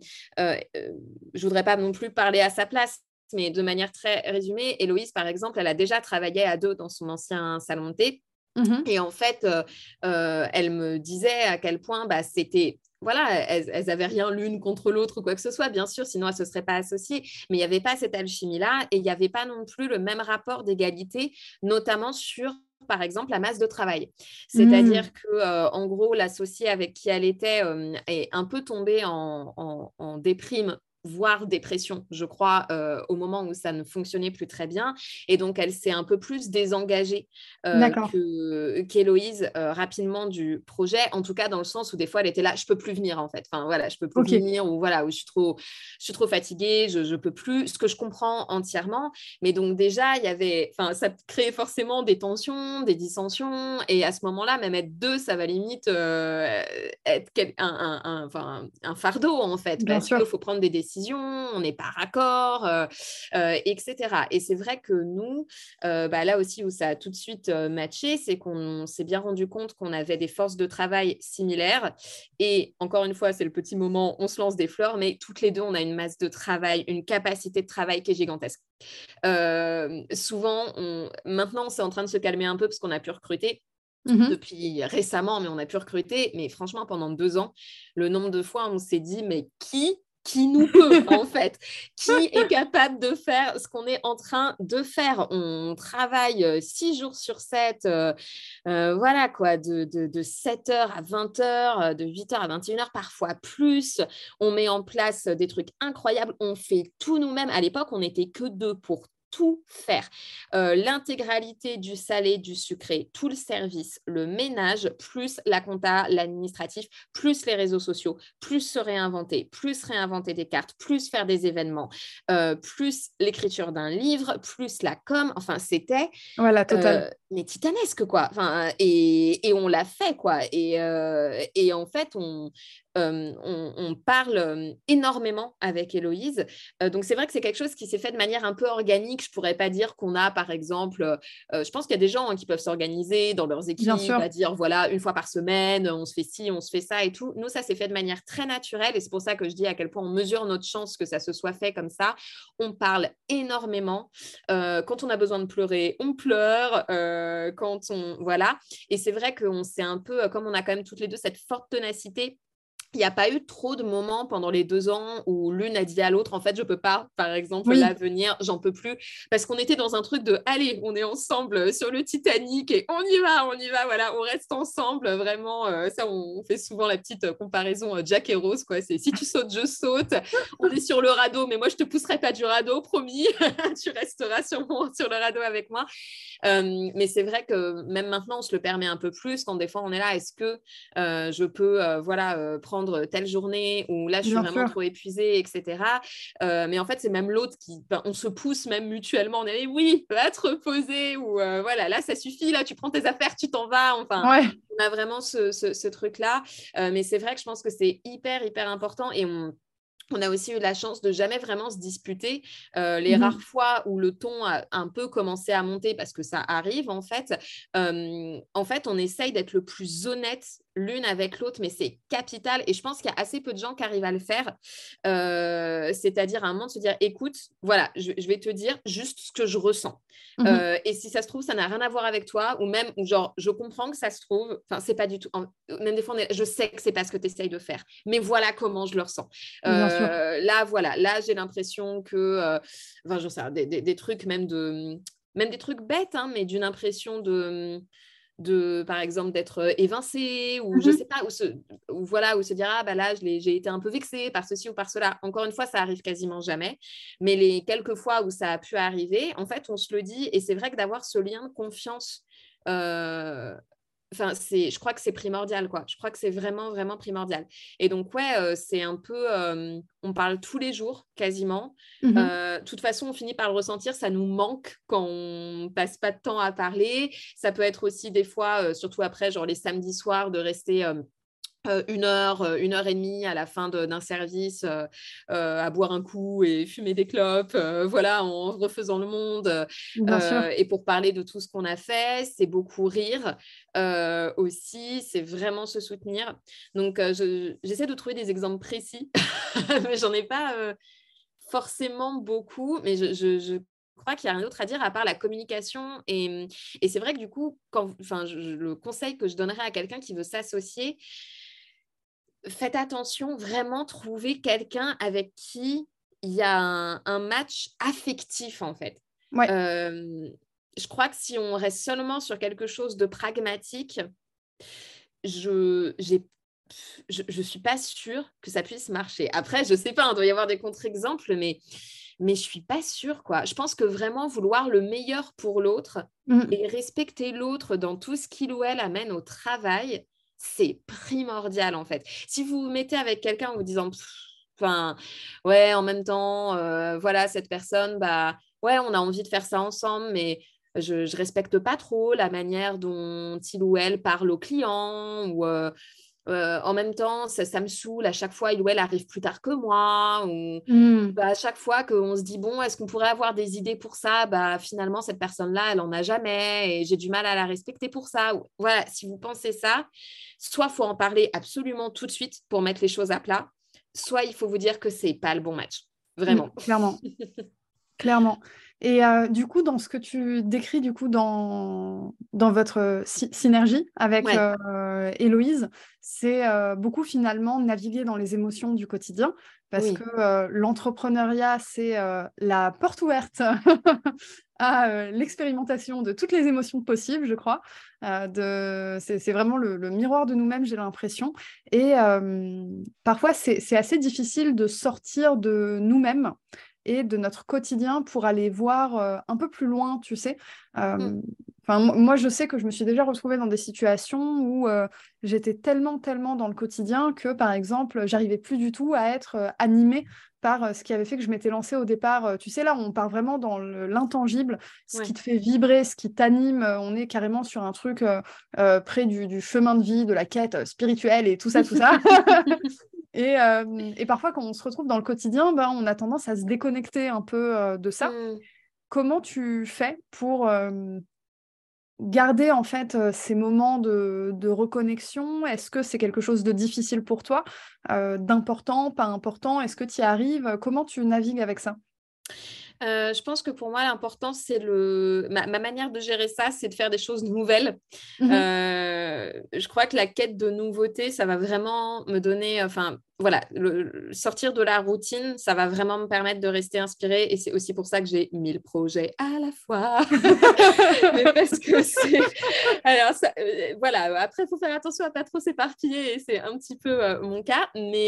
je voudrais pas non plus parler à sa place. Mais de manière très résumée, Héloïse, par exemple, elle a déjà travaillé à deux dans son ancien salon de thé. Mhm. Et en fait, elle me disait à quel point bah, c'était voilà, elles avaient rien l'une contre l'autre ou quoi que ce soit, bien sûr, sinon elles se seraient pas associées. Mais il n'y avait pas cette alchimie-là et il n'y avait pas non plus le même rapport d'égalité, notamment sur par exemple la masse de travail. C'est-à-dire Mhm. que en gros, l'associé avec qui elle était est un peu tombé en déprime voire dépression, je crois, au moment où ça ne fonctionnait plus très bien. Et donc, elle s'est un peu plus désengagée D'accord. qu'Héloïse rapidement du projet, en tout cas dans le sens où des fois elle était là, je peux plus venir en fait, enfin voilà, je peux plus Ok. venir ou voilà, où je suis trop fatiguée, je peux plus, ce que je comprends entièrement, mais donc déjà il y avait, enfin ça créait forcément des tensions, des dissensions, et à ce moment-là, même être deux, ça va limite être enfin, un fardeau en fait, Bien parce qu'il sûr. faut prendre des décisions, on n'est pas raccord, etc. Et c'est vrai que nous, bah, là aussi où ça a tout de suite matché, c'est qu'on s'est bien rendu compte qu'on avait des forces de travail similaires. Et encore une fois, c'est le petit moment, on se lance des fleurs, mais toutes les deux, on a une masse de travail, une capacité de travail qui est gigantesque. Souvent, maintenant, c'est en train de se calmer un peu parce qu'on a pu recruter Mhm. depuis récemment, mais on a pu recruter. Mais franchement, pendant 2 ans, le nombre de fois où on s'est dit, mais qui nous peut en fait? Qui est capable de faire ce qu'on est en train de faire? On travaille 6 jours sur 7, voilà quoi, de 7h à 20h, de 8h à 21h, parfois plus. On met en place des trucs incroyables, on fait tout nous-mêmes. À l'époque, on n'était que deux pour tout faire. L'intégralité du salé, du sucré, tout le service, le ménage, plus la compta, l'administratif, plus les réseaux sociaux, plus se réinventer, plus réinventer des cartes, plus faire des événements, plus l'écriture d'un livre, plus la com. Enfin, c'était Voilà, total. mais titanesque, quoi. Enfin, et on l'a fait, quoi. Et en fait, on parle énormément avec Héloïse. Donc, c'est vrai que c'est quelque chose qui s'est fait de manière un peu organique. Je ne pourrais pas dire qu'on a, par exemple, je pense qu'il y a des gens qui peuvent s'organiser dans leurs Bien équipes, sûr. à dire, voilà, une fois par semaine, on se fait ci, on se fait ça et tout. Nous, ça s'est fait de manière très naturelle et c'est pour ça que je dis à quel point on mesure notre chance que ça se soit fait comme ça. On parle énormément. Quand on a besoin de pleurer, on pleure. Quand on... Voilà. Et c'est vrai qu'on s'est un peu, comme on a quand même toutes les deux cette forte ténacité, il n'y a pas eu trop de moments pendant les 2 ans où l'une a dit à l'autre, en fait, je ne peux pas, par exemple, Oui, là, venir, j'en peux plus. Parce qu'on était dans un truc de, allez, on est ensemble sur le Titanic et on y va, voilà, on reste ensemble. Vraiment, ça, on fait souvent la petite comparaison Jack et Rose, quoi. C'est si tu sautes, je saute. On est sur le radeau, mais moi, je ne te pousserai pas du radeau, promis. Tu resteras sur le radeau avec moi. Mais c'est vrai que même maintenant, on se le permet un peu plus quand des fois, on est là, est-ce que je peux prendre telle journée où là, je suis bien vraiment sûr. trop épuisée, etc. Mais en fait, c'est même l'autre qui, on se pousse même mutuellement. On est, oui, va te reposer ou voilà, là, ça suffit, là, tu prends tes affaires, tu t'en vas. Enfin, Ouais. on a vraiment ce truc-là. Mais c'est vrai que je pense que c'est hyper, hyper important et on a aussi eu la chance de jamais vraiment se disputer. Les rares Mhm. fois où le ton a un peu commencé à monter, parce que ça arrive en fait, on essaye d'être le plus honnête l'une avec l'autre, mais c'est capital. Et je pense qu'il y a assez peu de gens qui arrivent à le faire. C'est-à-dire à un moment de se dire, écoute, voilà, je vais te dire juste ce que je ressens. Mhm. Et si ça se trouve, ça n'a rien à voir avec toi, ou même, ou genre, je comprends que ça se trouve, enfin, c'est pas du tout, même des fois, je sais que c'est pas ce que tu essayes de faire, mais voilà comment je le ressens. Bien sûr. Là, voilà, là, j'ai l'impression que, enfin, j'en sais rien, des trucs même des trucs bêtes, hein, mais d'une impression par exemple, d'être évincé ou je sais Mhm. pas, ou voilà, ou se dire, ah, bah là, j'ai été un peu vexée par ceci ou par cela. Encore une fois, ça arrive quasiment jamais, mais les quelques fois où ça a pu arriver, en fait, on se le dit et c'est vrai que d'avoir ce lien de confiance, euh, enfin, je crois que c'est primordial, quoi. Je crois que c'est vraiment, vraiment primordial. Et donc, ouais, c'est un peu, on parle tous les jours, quasiment. Mhm. De toute façon, on finit par le ressentir, ça nous manque quand on passe pas de temps à parler. Ça peut être aussi des fois, surtout après, genre les samedis soirs, de rester 1 heure et demie à la fin d'un service à boire un coup et fumer des clopes, voilà, en refaisant le monde. Bien sûr. Et pour parler de tout ce qu'on a fait, c'est beaucoup rire aussi, c'est vraiment se soutenir. Donc, j'essaie de trouver des exemples précis, mais j'en ai pas forcément beaucoup, mais je crois qu'il n'y a rien d'autre à dire à part la communication. Et c'est vrai que du coup, le conseil que je donnerais à quelqu'un qui veut s'associer, faites attention, vraiment trouver quelqu'un avec qui il y a un match affectif, en fait. Ouais. Euh, je crois que si on reste seulement sur quelque chose de pragmatique, je je suis pas sûre que ça puisse marcher. Après, je sais pas, il doit y avoir des contre-exemples, mais je suis pas sûre, quoi. Je pense que vraiment vouloir le meilleur pour l'autre Mhm. et respecter l'autre dans tout ce qu'il ou elle amène au travail, c'est primordial, en fait. Si vous vous mettez avec quelqu'un en vous disant, enfin, ouais, en même temps, voilà, cette personne, bah, ouais, on a envie de faire ça ensemble, mais je respecte pas trop la manière dont il ou elle parle aux clients ou en même temps, ça me saoule. À chaque fois, il ou elle arrive plus tard que moi. Ou Mhm. bah, à chaque fois qu'on se dit, bon, est-ce qu'on pourrait avoir des idées pour ça? Bah, finalement, cette personne-là, elle en a jamais et j'ai du mal à la respecter pour ça. Ou, voilà, si vous pensez ça, soit il faut en parler absolument tout de suite pour mettre les choses à plat, soit il faut vous dire que c'est pas le bon match. Mhm. Vraiment. Clairement. Clairement. Et du coup, dans ce que tu décris, du coup, dans votre synergie avec Ouais, Héloïse, c'est beaucoup finalement naviguer dans les émotions du quotidien, parce que oui, l'entrepreneuriat, c'est la porte ouverte à l'expérimentation de toutes les émotions possibles, je crois. C'est vraiment le miroir de nous-mêmes, j'ai l'impression. Et parfois, c'est assez difficile de sortir de nous-mêmes et de notre quotidien pour aller voir un peu plus loin, tu sais. Mm. Moi, je sais que je me suis déjà retrouvée dans des situations où j'étais tellement, tellement dans le quotidien que, par exemple, j'arrivais plus du tout à être animée par ce qui avait fait que je m'étais lancée au départ. Tu sais, là, on part vraiment dans l'intangible, ce qui Ouais. te fait vibrer, ce qui t'anime. On est carrément sur un truc près du chemin de vie, de la quête spirituelle et tout ça, tout ça. Et parfois, quand on se retrouve dans le quotidien, ben, on a tendance à se déconnecter un peu de ça. Mm. Comment tu fais pour garder en fait ces moments de reconnexion? Est-ce que c'est quelque chose de difficile pour toi, d'important, pas important? Est-ce que tu y arrives? Comment tu navigues avec ça? Je pense que pour moi, l'important, c'est ma manière de gérer ça, c'est de faire des choses nouvelles. Mhm. Je crois que la quête de nouveauté, ça va vraiment me donner, enfin, voilà, sortir de la routine, ça va vraiment me permettre de rester inspirée. Et c'est aussi pour ça que j'ai 1000 projets à la fois. Mais parce que c'est. Alors, voilà, après, il faut faire attention à ne pas trop s'éparpiller. Et c'est un petit peu mon cas.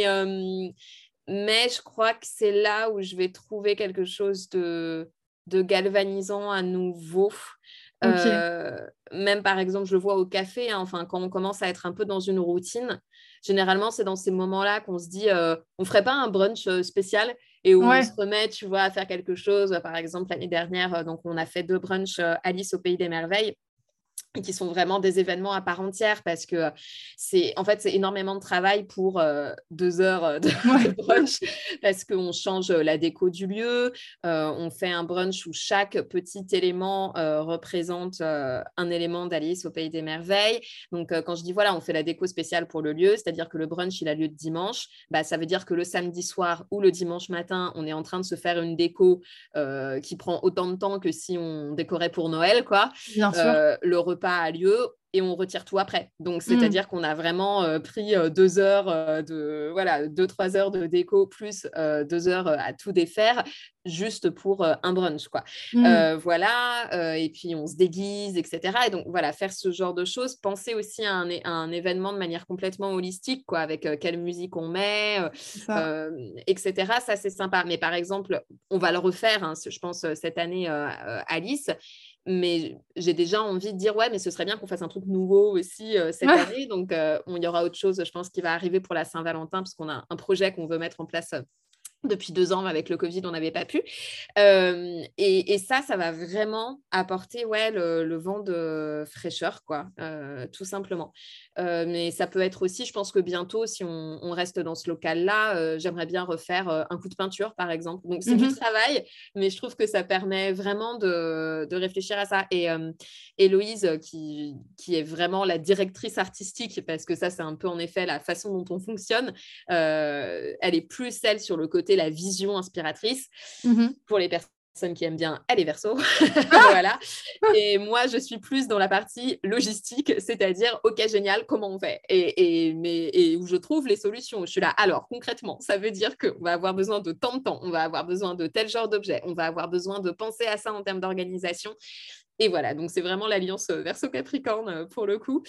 Mais je crois que c'est là où je vais trouver quelque chose de galvanisant à nouveau. Ok. Même par exemple, je le vois au café, hein, enfin, quand on commence à être un peu dans une routine, généralement, c'est dans ces moments-là qu'on se dit, on ferait pas un brunch spécial et où on se Ouais. remet, tu vois, à faire quelque chose. Par exemple, l'année dernière, donc on a fait 2 brunchs Alice au Pays des Merveilles et qui sont vraiment des événements à part entière parce que c'est énormément de travail pour 2 heures de Ouais. brunch parce qu'on change la déco du lieu, on fait un brunch où chaque petit élément représente un élément d'Alice au Pays des Merveilles. Donc quand je dis voilà, on fait la déco spéciale pour le lieu, c'est-à-dire que le brunch il a lieu de dimanche, bah, ça veut dire que le samedi soir ou le dimanche matin, on est en train de se faire une déco qui prend autant de temps que si on décorait pour Noël, quoi. Bien sûr. Le repas a lieu et on retire tout après. Donc, Mm. c'est-à-dire qu'on a vraiment pris 2 heures voilà, 2, 3 heures de déco plus 2 heures à tout défaire juste pour un brunch, quoi. Mm. Voilà, et puis on se déguise, etc. Et donc, voilà, faire ce genre de choses, penser aussi à un événement de manière complètement holistique, quoi, avec quelle musique on met, C'est ça. etc. Ça, c'est sympa. Mais par exemple, on va le refaire, hein, je pense, cette année, Alice. Mais j'ai déjà envie de dire, ouais, mais ce serait bien qu'on fasse un truc nouveau aussi cette année. Donc, il y aura autre chose, je pense, qui va arriver pour la Saint-Valentin, parce qu'on a un projet qu'on veut mettre en place depuis 2 ans, mais avec le Covid, on n'avait pas pu. Et ça va vraiment apporter ouais, le vent de fraîcheur, quoi, tout simplement. Mais ça peut être aussi, je pense que bientôt, si on reste dans ce local-là, j'aimerais bien refaire un coup de peinture, par exemple. Donc, c'est du Mhm. travail, mais je trouve que ça permet vraiment de réfléchir à ça. Et Héloïse, qui est vraiment la directrice artistique, parce que ça, c'est un peu en effet la façon dont on fonctionne, elle est plus celle sur le côté la vision inspiratrice. Mhm. Pour les personnes qui aiment bien, elle est verso. Ah. Voilà. Et moi, je suis plus dans la partie logistique, c'est-à-dire, OK, génial, comment on fait et où je trouve les solutions. Je suis là, alors, concrètement, ça veut dire qu'on va avoir besoin de tant de temps, on va avoir besoin de tel genre d'objet, on va avoir besoin de penser à ça en termes d'organisation. Et voilà, donc c'est vraiment l'alliance verso-capricorne pour le coup.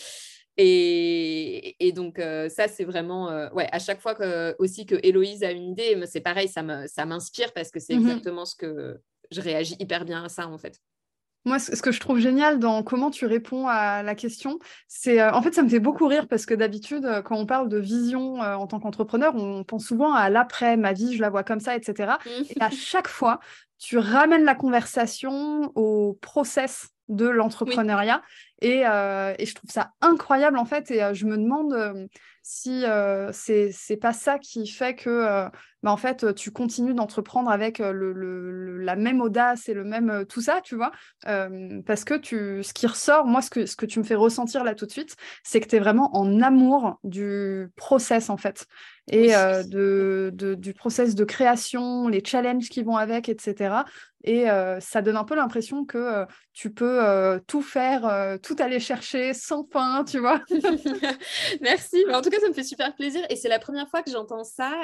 Et donc, ça, c'est vraiment... ouais, à chaque fois aussi que Héloïse a une idée, c'est pareil, ça m'inspire parce que c'est Mhm. exactement ce que... Je réagis hyper bien à ça, en fait. Moi, ce que je trouve génial dans comment tu réponds à la question, c'est en fait, ça me fait beaucoup rire parce que d'habitude, quand on parle de vision en tant qu'entrepreneur, on pense souvent à l'après, ma vie, je la vois comme ça, etc. Et à chaque fois, tu ramènes la conversation au process de Oui. l'entrepreneuriat et je trouve ça incroyable en fait. Et je me demande si c'est pas ça qui fait que bah, en fait, tu continues d'entreprendre avec la même audace et le même tout ça, tu vois. Parce que ce qui ressort, moi, ce que tu me fais ressentir là tout de suite, c'est que tu es vraiment en amour du process, en fait, Oui. et du process de création, les challenges qui vont avec, etc. Et ça donne un peu l'impression que tu peux tout faire, tout aller chercher sans fin, tu vois. Merci. Mais en tout cas, ça me fait super plaisir. Et c'est la première fois que j'entends ça.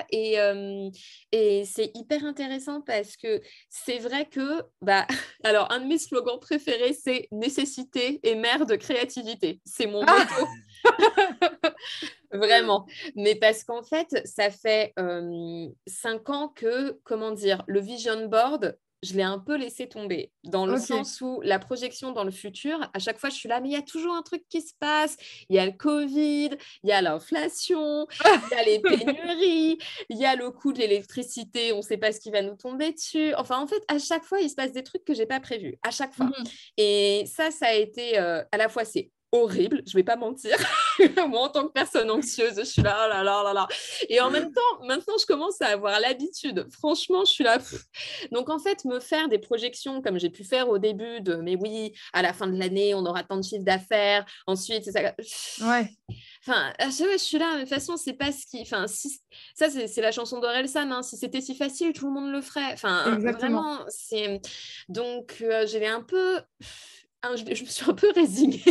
Et c'est hyper intéressant parce que c'est vrai que, bah, alors, un de mes slogans préférés, c'est nécessité et mère de créativité. C'est mon Ah, motto. Vraiment. Mais parce qu'en fait, ça fait 5 ans que, comment dire, le vision board, je l'ai un peu laissé tomber, dans le Ok. sens où la projection dans le futur, à chaque fois, je suis là, mais il y a toujours un truc qui se passe. Il y a le Covid, il y a l'inflation, il y a les pénuries, il y a le coût de l'électricité, on ne sait pas ce qui va nous tomber dessus. Enfin, en fait, à chaque fois, il se passe des trucs que je n'ai pas prévus, à chaque fois. Mhm. Et ça a été, à la fois, c'est horrible, je ne vais pas mentir. Moi, en tant que personne anxieuse, je suis là, oh là là là là. Et en même temps, maintenant, je commence à avoir l'habitude. Franchement, je suis là. Donc, en fait, me faire des projections comme j'ai pu faire au début de, mais oui, à la fin de l'année, on aura tant de chiffres d'affaires. Ensuite, c'est ça. Ouais, Enfin, je suis là, mais de toute façon, c'est pas ce qui. Enfin, si... ça, c'est la chanson d'Orelsan. Hein. Si c'était si facile, tout le monde le ferait. Enfin, exactement. vraiment, c'est. Donc, j'ai un peu. Je me suis un peu résignée.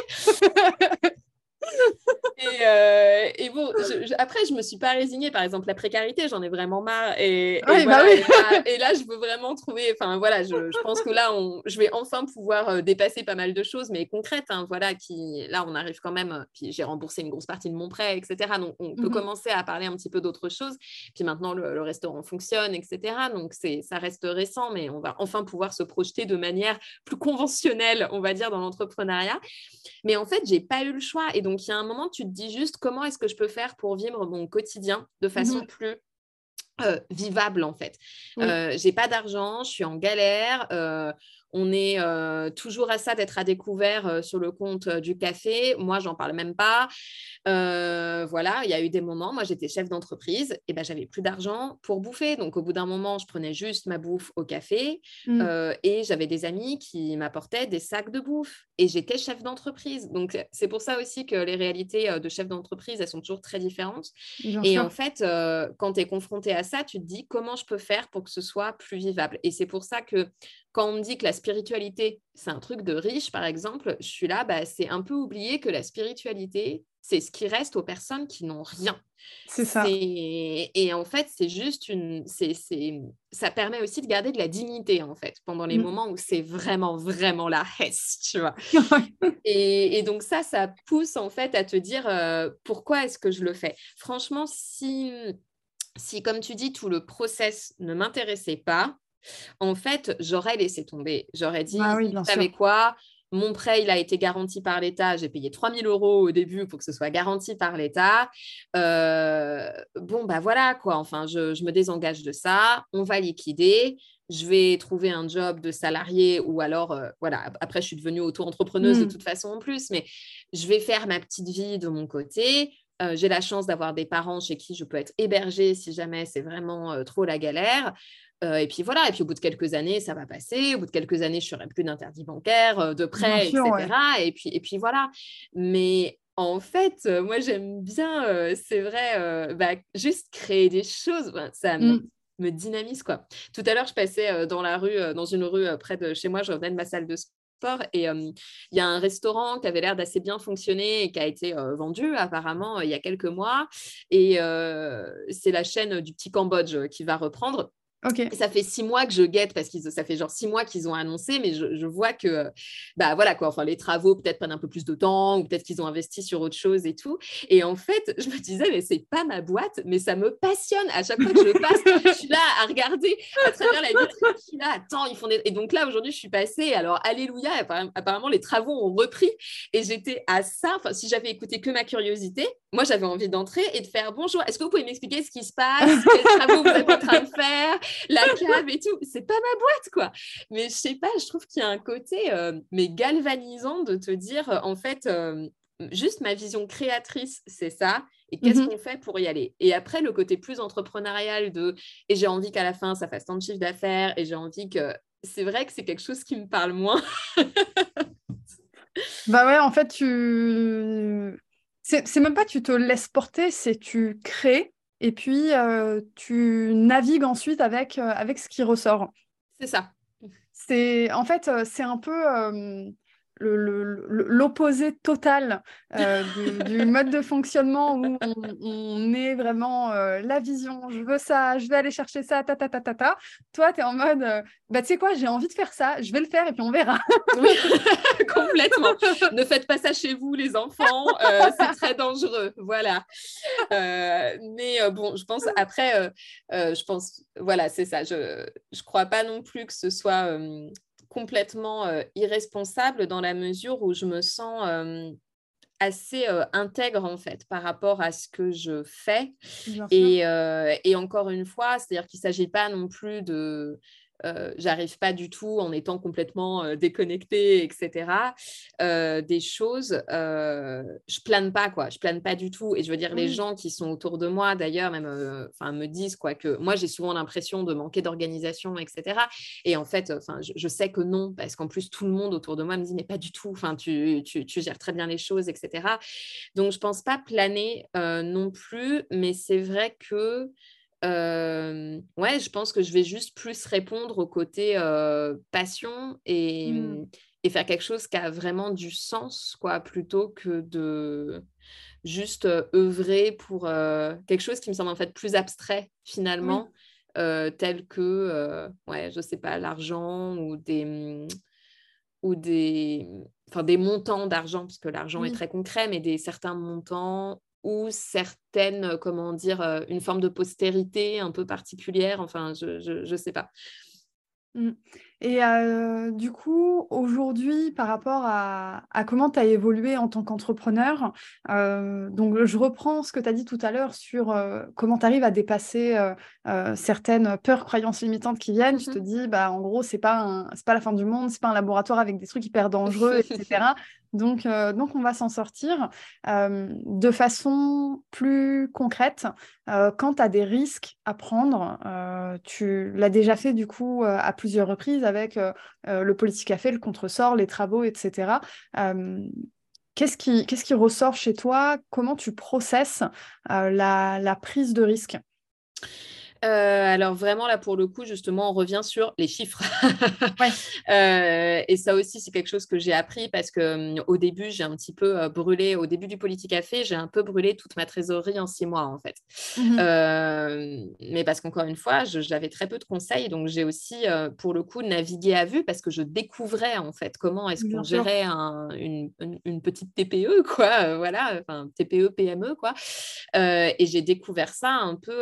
Et bon, après, je me suis pas résignée. Par exemple, la précarité, j'en ai vraiment marre. Et Oui, bah voilà. oui. Et là, je veux vraiment trouver. Enfin, voilà, je pense que là, je vais enfin pouvoir dépasser pas mal de choses, mais concrètes. Hein, voilà, là, on arrive quand même. Puis j'ai remboursé une grosse partie de mon prêt, etc. Donc, on peut Mhm. commencer à parler un petit peu d'autres choses. Puis maintenant, le restaurant fonctionne, etc. Donc, ça reste récent, mais on va enfin pouvoir se projeter de manière plus conventionnelle, on va dire, dans l'entrepreneuriat. Mais en fait, j'ai pas eu le choix. Et donc, il y a un moment, tu te dis juste comment est-ce que je peux faire pour vivre mon quotidien de façon Mhm. plus vivable, en fait. Oui. J'ai pas d'argent, je suis en galère. On est toujours à ça d'être à découvert sur le compte du café. Moi, j'en parle même pas. Voilà, il y a eu des moments, moi j'étais chef d'entreprise, et ben j'avais plus d'argent pour bouffer. Donc au bout d'un moment, je prenais juste ma bouffe au café Mm. et j'avais des amis qui m'apportaient des sacs de bouffe. Et j'étais chef d'entreprise. Donc c'est pour ça aussi que les réalités de chef d'entreprise, elles sont toujours très différentes. Bien Et en sûr. fait, quand tu es confronté à ça, tu te dis comment je peux faire pour que ce soit plus vivable. Et c'est pour ça que quand on me dit que la spiritualité, c'est un truc de riche, par exemple, je suis là, bah, c'est un peu oublier que la spiritualité, c'est ce qui reste aux personnes qui n'ont rien. C'est ça. Et en fait, c'est juste ça permet aussi de garder de la dignité, en fait, pendant les Mm. moments où c'est vraiment, vraiment la hesse, tu vois. Et donc ça pousse, en fait, à te dire pourquoi est-ce que je le fais. Franchement, si, comme tu dis, tout le process ne m'intéressait pas, en fait, j'aurais laissé tomber. J'aurais Bah dit, oui, vous bien savez sûr. quoi? Mon prêt, il a été garanti par l'État. J'ai payé 3 000 € au début pour que ce soit garanti par l'État. Bon, bah voilà, quoi. Enfin, je me désengage de ça. On va liquider. Je vais trouver un job de salarié ou alors, voilà. Après, je suis devenue auto-entrepreneuse de Mm. toute façon en plus, mais je vais faire ma petite vie de mon côté. J'ai la chance d'avoir des parents chez qui je peux être hébergée si jamais c'est vraiment trop la galère. Et puis voilà, et puis au bout de quelques années, ça va passer. Au bout de quelques années, je ne ferai plus d'interdit bancaire, de Bien prêt, sûr, ouais. etc. Et puis voilà. Mais en fait, moi, j'aime bien, c'est vrai, bah, juste créer des choses. Ben, ça Mm. me dynamise, quoi. Tout à l'heure, je passais dans la rue, dans une rue près de chez moi, je revenais de ma salle de sport et il y a un restaurant qui avait l'air d'assez bien fonctionner et qui a été vendu apparemment il y a quelques mois. Et c'est la chaîne du Petit Cambodge qui va reprendre. Ok. Ça fait 6 mois que je guette parce que ça fait genre 6 mois qu'ils ont annoncé, mais je vois que bah voilà quoi, enfin les travaux peut-être prennent un peu plus de temps ou peut-être qu'ils ont investi sur autre chose et tout. Et en fait, je me disais mais c'est pas ma boîte, mais ça me passionne. À chaque fois que je passe, je suis là à regarder à travers la vitrine, je suis là, attends, ils font des... Et donc là aujourd'hui, je suis passée. Alors alléluia, apparemment les travaux ont repris et j'étais à ça. Enfin, si j'avais écouté que ma curiosité, moi j'avais envie d'entrer et de faire bonjour. Est-ce que vous pouvez m'expliquer ce qui se passe, quels travaux vous êtes en train de faire? La cave et tout. C'est pas ma boîte, quoi. Mais je sais pas, je trouve qu'il y a un côté mais galvanisant de te dire, en fait, juste ma vision créatrice, c'est ça. Et qu'est-ce Mhm. qu'on fait pour y aller? Et après, le côté plus entrepreneurial et j'ai envie qu'à la fin, ça fasse tant de chiffre d'affaires et j'ai envie que... C'est vrai que c'est quelque chose qui me parle moins. Bah ouais, en fait, c'est même pas tu te laisses porter, c'est tu crées et puis tu navigues ensuite avec ce qui ressort. C'est ça. C'est en fait c'est un peu l'opposé total du mode de fonctionnement où on est vraiment la vision, je veux ça, je vais aller chercher ça, ta ta ta ta ta. Toi, tu es en mode, bah, tu sais quoi, j'ai envie de faire ça, je vais le faire et puis on verra. Oui, complètement. Ne faites pas ça chez vous, les enfants. C'est très dangereux. Voilà. Mais bon, je pense après, je pense, voilà, c'est ça. Je crois pas non plus que ce soit complètement irresponsable dans la mesure où je me sens assez intègre en fait par rapport à ce que je fais. Bien sûr. Et encore une fois, c'est-à-dire qu'il ne s'agit pas non plus de... j'arrive pas du tout en étant complètement déconnectée, etc. Des choses, je plane pas quoi, je plane pas du tout. Et je veux dire, les Oui. gens qui sont autour de moi, d'ailleurs, même, me disent quoi que moi j'ai souvent l'impression de manquer d'organisation, etc. Et en fait, je sais que non, parce qu'en plus tout le monde autour de moi me dit mais pas du tout. Enfin, tu gères très bien les choses, etc. Donc je pense pas planer non plus, mais c'est vrai que ouais, je pense que je vais juste plus répondre au côté passion Mm. et faire quelque chose qui a vraiment du sens, quoi, plutôt que de juste œuvrer pour quelque chose qui me semble en fait plus abstrait Oui. finalement, tel que, ouais, je sais pas, l'argent ou des montants d'argent, parce que l'argent est Oui. très concret, mais certains montants ou certaines, comment dire, une forme de postérité un peu particulière. Enfin, je sais pas. Mm. Et du coup, aujourd'hui, par rapport à comment tu as évolué en tant qu'entrepreneur, donc je reprends ce que tu as dit tout à l'heure sur comment tu arrives à dépasser certaines peurs, croyances limitantes qui viennent. Tu te Mhm. dis, bah, en gros, c'est pas la fin du monde, c'est pas un laboratoire avec des trucs hyper dangereux, etc. Donc on va s'en sortir. De façon plus concrète, quand tu as des risques à prendre, tu l'as déjà fait du coup à plusieurs reprises avec le Politicafé, le Contresort, les travaux, etc. Euh, qu'est-ce qui ressort chez toi? Comment tu processes la prise de risque? Alors vraiment, là, pour le coup, justement, on revient sur les chiffres. Ouais. Et ça aussi, c'est quelque chose que j'ai appris parce que au début, j'ai un petit peu brûlé, au début du Politicafé, j'ai un peu brûlé toute ma trésorerie en 6 mois, en fait. Mhm. Mais parce qu'encore une fois, j'avais très peu de conseils, donc j'ai aussi, pour le coup, navigué à vue parce que je découvrais, en fait, comment est-ce qu'on Bien sûr. gérait une petite TPE, quoi, voilà, enfin, TPE, PME, quoi. Et j'ai découvert ça un peu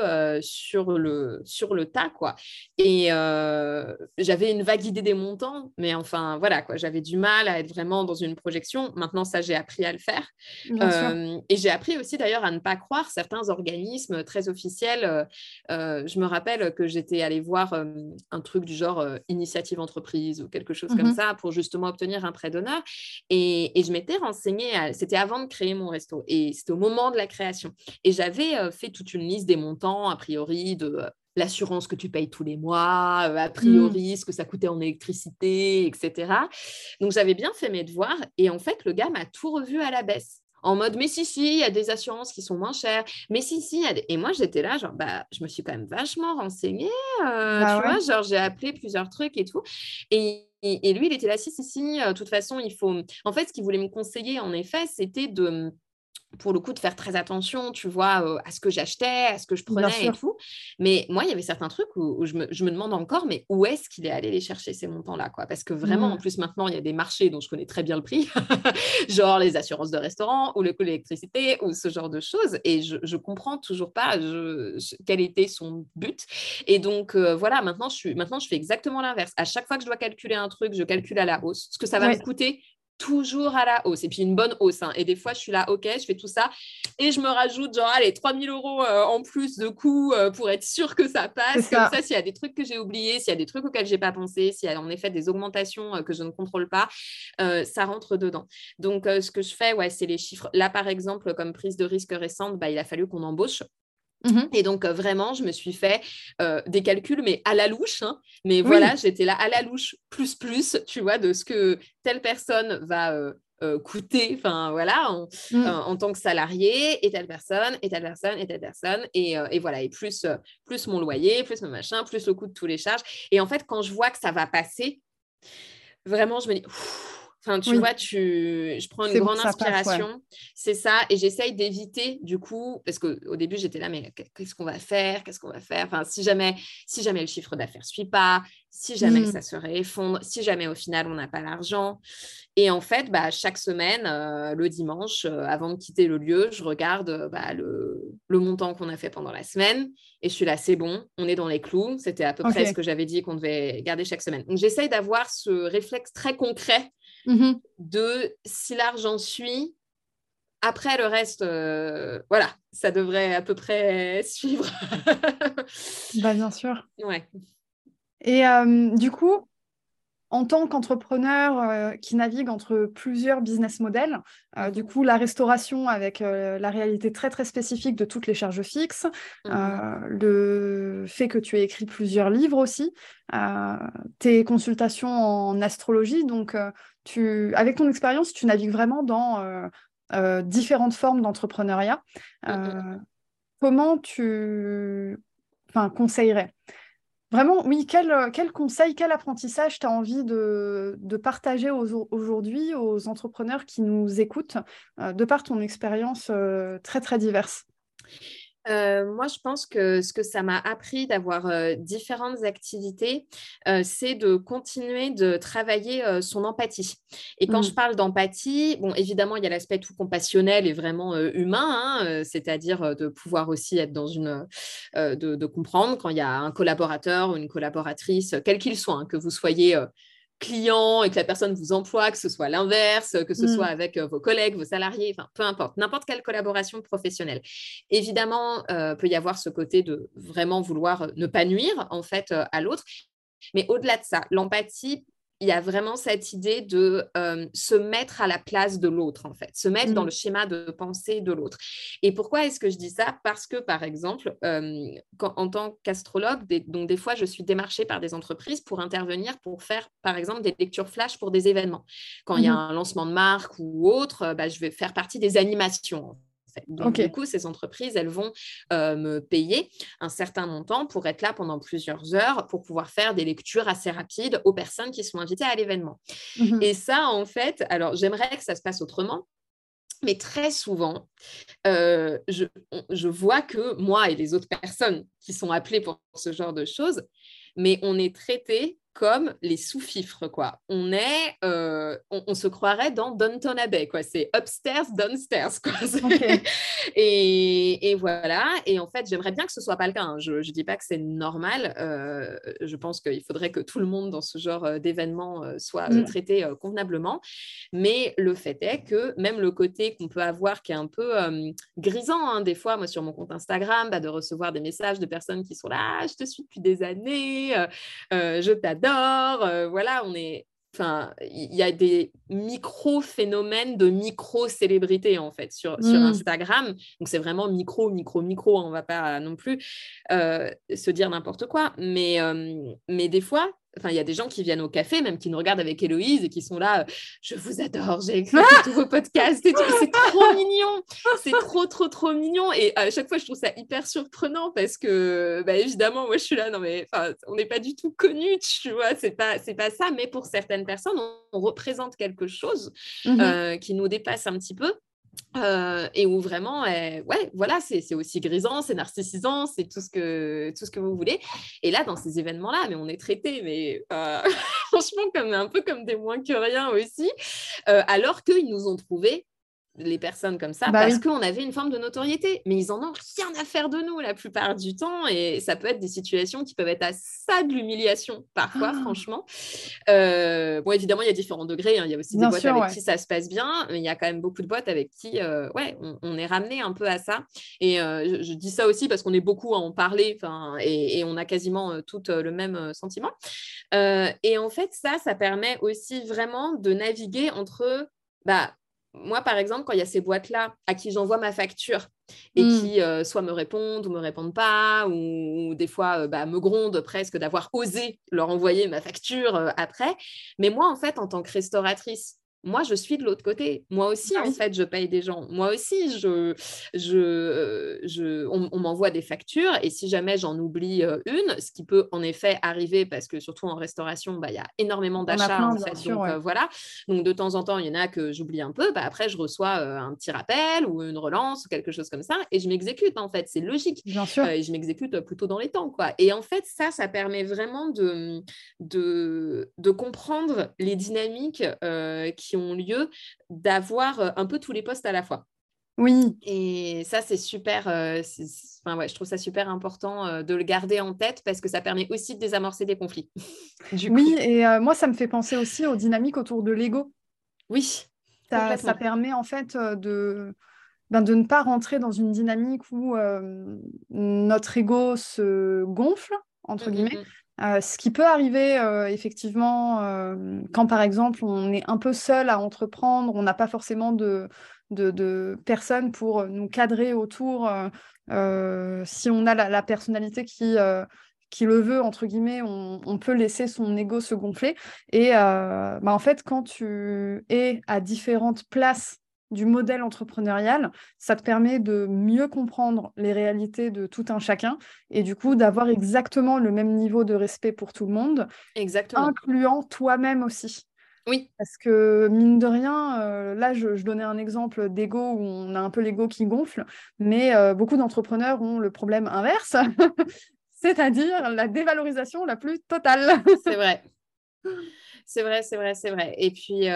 sur le tas, quoi. Et j'avais une vague idée des montants, mais enfin, voilà, quoi. J'avais du mal à être vraiment dans une projection. Maintenant, ça, j'ai appris à le faire. Bien sûr. Et j'ai appris aussi, d'ailleurs, à ne pas croire certains organismes très officiels. Je me rappelle que j'étais allée voir un truc du genre initiative entreprise ou quelque chose comme Mhm. ça pour justement obtenir un prêt d'honneur. Et je m'étais renseignée, c'était avant de créer mon resto. Et c'était au moment de la création. Et j'avais fait toute une liste des montants, a priori, de l'assurance que tu payes tous les mois, a Mhm. priori, ce que ça coûtait en électricité, etc. Donc, j'avais bien fait mes devoirs. Et en fait, le gars m'a tout revu à la baisse. En mode, mais si, il y a des assurances qui sont moins chères. Mais si, il y a des... Et moi, j'étais là, genre, bah, je me suis quand même vachement renseignée, Bah tu ouais. vois, genre, j'ai appelé plusieurs trucs et tout. Et lui, il était là, si, de toute façon, il faut... En fait, ce qu'il voulait me conseiller, en effet, c'était de pour le coup, de faire très attention, tu vois, à ce que j'achetais, à ce que je Bien prenais et sûr. tout. Mais moi, il y avait certains trucs où je me demande encore, mais où est-ce qu'il est allé les chercher ces montants-là, quoi? Parce que vraiment, en Mhm. plus, maintenant, il y a des marchés dont je connais très bien le prix, genre les assurances de restaurant ou le coût de l'électricité ou ce genre de choses. Et je comprends toujours pas quel était son but. Et donc, voilà, maintenant, je fais exactement l'inverse. À chaque fois que je dois calculer un truc, je calcule à la hausse ce que ça va me Ouais. coûter toujours à la hausse. Et puis une bonne hausse. Hein. Et des fois, je suis là, OK, je fais tout ça. Et je me rajoute, genre, allez, 3 000 € en plus de coûts pour être sûr que ça C'est passe. Comme ça. ça, s'il y a des trucs que j'ai oubliés, s'il y a des trucs auxquels je n'ai pas pensé, s'il y a en effet des augmentations que je ne contrôle pas, ça rentre dedans. Donc, ce que je fais, ouais, c'est les chiffres. Là, par exemple, comme prise de risque récente, bah, il a fallu qu'on embauche. Mhm. Et donc, vraiment, je me suis fait des calculs, mais à la louche. Hein. Mais voilà, Oui. j'étais là à la louche, plus, tu vois, de ce que telle personne va coûter, enfin, voilà, Mm. en tant que salarié, et telle personne, et telle personne, et telle personne. Et voilà, et plus mon loyer, plus mon machin, plus le coût de tous les charges. Et en fait, quand je vois que ça va passer, vraiment, je me dis... Enfin, tu Oui, vois, je prends une c'est bon, grande ça passe, ouais. inspiration, c'est ça, et j'essaye d'éviter, du coup, parce qu'au début, j'étais là, mais qu'est-ce qu'on va faire? Qu'est-ce qu'on va faire? Enfin, si jamais le chiffre d'affaires ne suit pas, si jamais Mm. ça se réeffondre, si jamais au final, on n'a pas l'argent. Et en fait, bah, chaque semaine, le dimanche, avant de quitter le lieu, je regarde bah, le montant qu'on a fait pendant la semaine, et je suis là, c'est bon, on est dans les clous. C'était à peu près ce Ok. que j'avais dit qu'on devait garder chaque semaine. Donc, j'essaye d'avoir ce réflexe très concret Mhm. de si l'argent suit, après le reste, voilà, ça devrait à peu près suivre. Bah, bien sûr. Ouais. Et du coup, en tant qu'entrepreneur qui navigue entre plusieurs business models, du Mhm. coup, la restauration avec la réalité très très spécifique de toutes les charges fixes, Mhm. le fait que tu aies écrit plusieurs livres aussi, euh, tes consultations en astrologie, donc avec ton expérience, tu navigues vraiment dans différentes formes d'entrepreneuriat. Mhm. Euh, Comment tu conseillerais? Vraiment, oui, quel conseil, quel apprentissage tu as envie de partager aujourd'hui aux entrepreneurs qui nous écoutent, de par ton expérience très, très diverse? Moi, je pense que ce que ça m'a appris d'avoir différentes activités, c'est de continuer de travailler son empathie. Et quand je Mm. parle d'empathie, bon, évidemment, il y a l'aspect tout compassionnel et vraiment humain, hein, c'est-à-dire de pouvoir aussi être dans de comprendre quand il y a un collaborateur ou une collaboratrice, quel qu'il soit, hein, que vous soyez client et que la personne vous emploie, que ce soit l'inverse, que ce soit Mm. avec vos collègues, vos salariés, enfin, peu importe, n'importe quelle collaboration professionnelle. Évidemment, peut y avoir ce côté de vraiment vouloir ne pas nuire en fait à l'autre. Mais au-delà de ça, l'empathie, il y a vraiment cette idée de se mettre à la place de l'autre, en fait, se mettre dans le Mm. schéma de pensée de l'autre. Et pourquoi est-ce que je dis ça? Parce que, par exemple, en tant qu'astrologue, donc des fois, je suis démarchée par des entreprises pour intervenir, pour faire, par exemple, des lectures flash pour des événements. Quand il y a Mhm. un lancement de marque ou autre, bah, je vais faire partie des animations. En fait. Donc, Ok. du coup, ces entreprises, elles vont me payer un certain montant pour être là pendant plusieurs heures, pour pouvoir faire des lectures assez rapides aux personnes qui sont invitées à l'événement. Mhm. Et ça, en fait, alors j'aimerais que ça se passe autrement, mais très souvent, je vois que moi et les autres personnes qui sont appelées pour ce genre de choses, mais on est traités comme les sous-fifres, quoi. On se croirait dans Downton Abbey, quoi. C'est upstairs, downstairs, quoi. Ok. Et voilà. Et en fait, j'aimerais bien que ce soit pas le cas, hein. Je ne dis pas que c'est normal. Je pense qu'il faudrait que tout le monde dans ce genre d'événement soit Mm. traité convenablement. Mais le fait est que même le côté qu'on peut avoir qui est un peu grisant, hein, des fois, moi sur mon compte Instagram, bah, de recevoir des messages de personnes qui sont là, ah, je te suis depuis des années, je t'adore, voilà, enfin, il y a des micro-phénomènes de micro-célébrités en fait sur Mm. Instagram. Donc c'est vraiment micro, micro, micro. On ne va pas non plus se dire n'importe quoi. Mais des fois, enfin, il y a des gens qui viennent au café, même qui nous regardent avec Héloïse et qui sont là, je vous adore, j'ai écouté tous vos podcasts et tout. Et c'est trop mignon, c'est trop, trop, trop mignon. Et à chaque fois, je trouve ça hyper surprenant parce que, bah, évidemment, moi, je suis là, non, mais on n'est pas du tout connus, tu vois, c'est pas ça. Mais pour certaines personnes, on représente quelque chose Mhm. qui nous dépasse un petit peu. Et où vraiment, ouais, voilà, c'est aussi grisant, c'est narcissisant, c'est tout ce que vous voulez. Et là, dans ces événements-là, mais on est traités, mais franchement, un peu comme des moins que rien aussi, alors qu'ils nous ont trouvés les personnes comme ça Bah parce oui. qu'on avait une forme de notoriété. Mais ils en ont rien à faire de nous la plupart du temps. Et ça peut être des situations qui peuvent être à ça de l'humiliation parfois, Ah, franchement. Bon, évidemment, il y a différents degrés, hein. Il y a aussi des bien boîtes sûr, avec ouais. qui ça se passe bien. Mais il y a quand même beaucoup de boîtes avec qui ouais, on est ramené un peu à ça. Et je dis ça aussi parce qu'on est beaucoup à en parler et on a quasiment toutes le même sentiment. Et en fait, ça permet aussi vraiment de naviguer entre... Bah, moi, par exemple, quand il y a ces boîtes-là à qui j'envoie ma facture et Mm. qui soit me répondent ou me répondent pas, ou des fois bah, me grondent presque d'avoir osé leur envoyer ma facture après. Mais moi, en fait, en tant que restauratrice, moi, je suis de l'autre côté. Moi aussi, en fait, je paye des gens. Moi aussi, on m'envoie des factures et si jamais j'en oublie une, ce qui peut en effet arriver parce que surtout en restauration, il y a énormément d'achats en fait. Donc voilà. Donc de temps en temps, il y en a que j'oublie un peu. Après, je reçois un petit rappel ou une relance ou quelque chose comme ça et je m'exécute en fait. C'est logique. Bien sûr. Et je m'exécute plutôt dans les temps, quoi. Et en fait, ça permet vraiment de comprendre les dynamiques qui ont lieu, d'avoir un peu tous les postes à la fois. Oui. Et ça, c'est super. Je trouve ça super important de le garder en tête parce que ça permet aussi de désamorcer des conflits. Oui, et moi, ça me fait penser aussi aux dynamiques autour de l'ego. Oui, Ça permet en fait de ne pas rentrer dans une dynamique où notre ego se gonfle, entre guillemets. Ce qui peut arriver effectivement quand, par exemple, on est un peu seul à entreprendre, on n'a pas forcément de personnes pour nous cadrer autour. Si on a la personnalité qui le veut, entre guillemets, on peut laisser son ego se gonfler. Et en fait, quand tu es à différentes places du modèle entrepreneurial, ça te permet de mieux comprendre les réalités de tout un chacun et du coup d'avoir exactement le même niveau de respect pour tout le monde, exactement. incluant toi-même aussi. Oui. Parce que mine de rien, là je donnais un exemple d'ego où on a un peu l'ego qui gonfle, mais beaucoup d'entrepreneurs ont le problème inverse, c'est-à-dire la dévalorisation la plus totale. C'est vrai. C'est vrai, c'est vrai, c'est vrai. Et puis,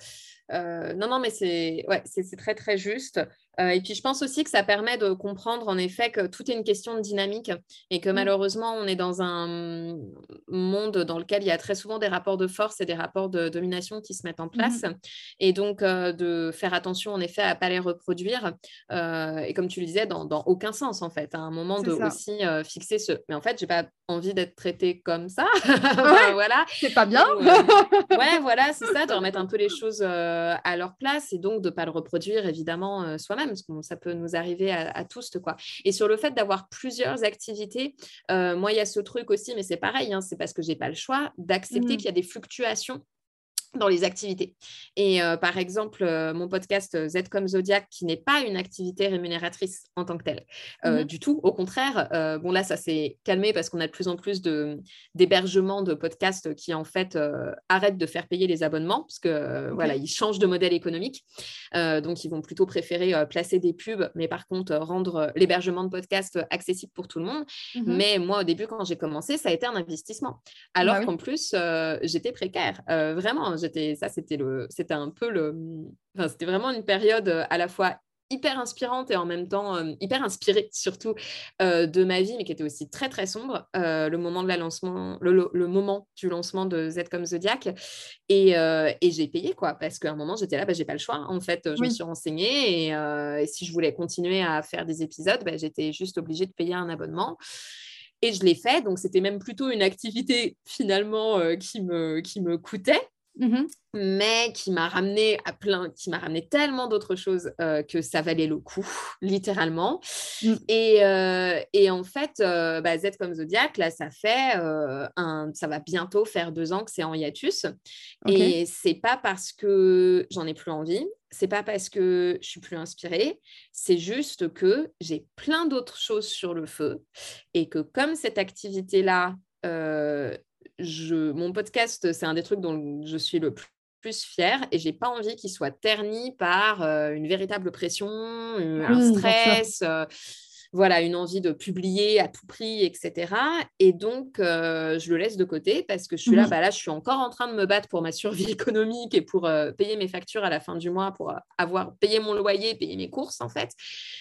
non, mais c'est très, très juste. Et puis, je pense aussi que ça permet de comprendre, en effet, que tout est une question de dynamique et que malheureusement, on est dans un monde dans lequel il y a très souvent des rapports de force et des rapports de domination qui se mettent en place. Et donc, de faire attention, en effet, à ne pas les reproduire. Et comme tu le disais, dans aucun sens, en fait. À un moment, de aussi fixer ce... Mais en fait, je n'ai pas envie d'être traitée comme ça. Voilà. C'est pas bien. Ouais, voilà, c'est ça, de remettre un peu les choses à leur place et donc de ne pas le reproduire, évidemment, soi-même, parce que ça peut nous arriver à tous, quoi. Et sur le fait d'avoir plusieurs activités, moi, il y a ce truc aussi, mais c'est pareil, c'est parce que je n'ai pas le choix, d'accepter qu'il y a des fluctuations dans les activités. Et par exemple, mon podcast Z comme Zodiac, qui n'est pas une activité rémunératrice en tant que telle, du tout. Au contraire, bon là, ça s'est calmé parce qu'on a de plus en plus d'hébergements de podcasts qui, en fait, arrêtent de faire payer les abonnements parce que voilà, ils changent de modèle économique. Donc, ils vont plutôt préférer placer des pubs, mais par contre, rendre l'hébergement de podcast accessible pour tout le monde. Mais moi, au début, quand j'ai commencé, ça a été un investissement. Alors qu'en plus, j'étais précaire. Vraiment, c'était un peu c'était vraiment une période à la fois hyper inspirante et en même temps hyper inspirée surtout de ma vie, mais qui était aussi très très sombre, le moment du lancement de Z comme Zodiac. Et j'ai payé, quoi, parce qu'à un moment j'étais là, j'ai pas le choix. En fait, je me suis renseignée et si je voulais continuer à faire des épisodes, j'étais juste obligée de payer un abonnement. Et je l'ai fait, donc c'était même plutôt une activité finalement qui me coûtait, mais qui m'a ramené tellement d'autres choses que ça valait le coup, littéralement. Et en fait, Z comme Zodiac, là, ça va bientôt faire 2 ans que c'est en hiatus. Et c'est pas parce que j'en ai plus envie, c'est pas parce que je suis plus inspirée, c'est juste que j'ai plein d'autres choses sur le feu et que comme cette activité-là, mon podcast, c'est un des trucs dont je suis le plus fière et j'ai pas envie qu'il soit terni par une véritable pression, un stress, voilà, une envie de publier à tout prix, etc. Et donc, je le laisse de côté parce que je suis là, je suis encore en train de me battre pour ma survie économique et pour payer mes factures à la fin du mois, pour avoir payé mon loyer, payer mes courses, en fait.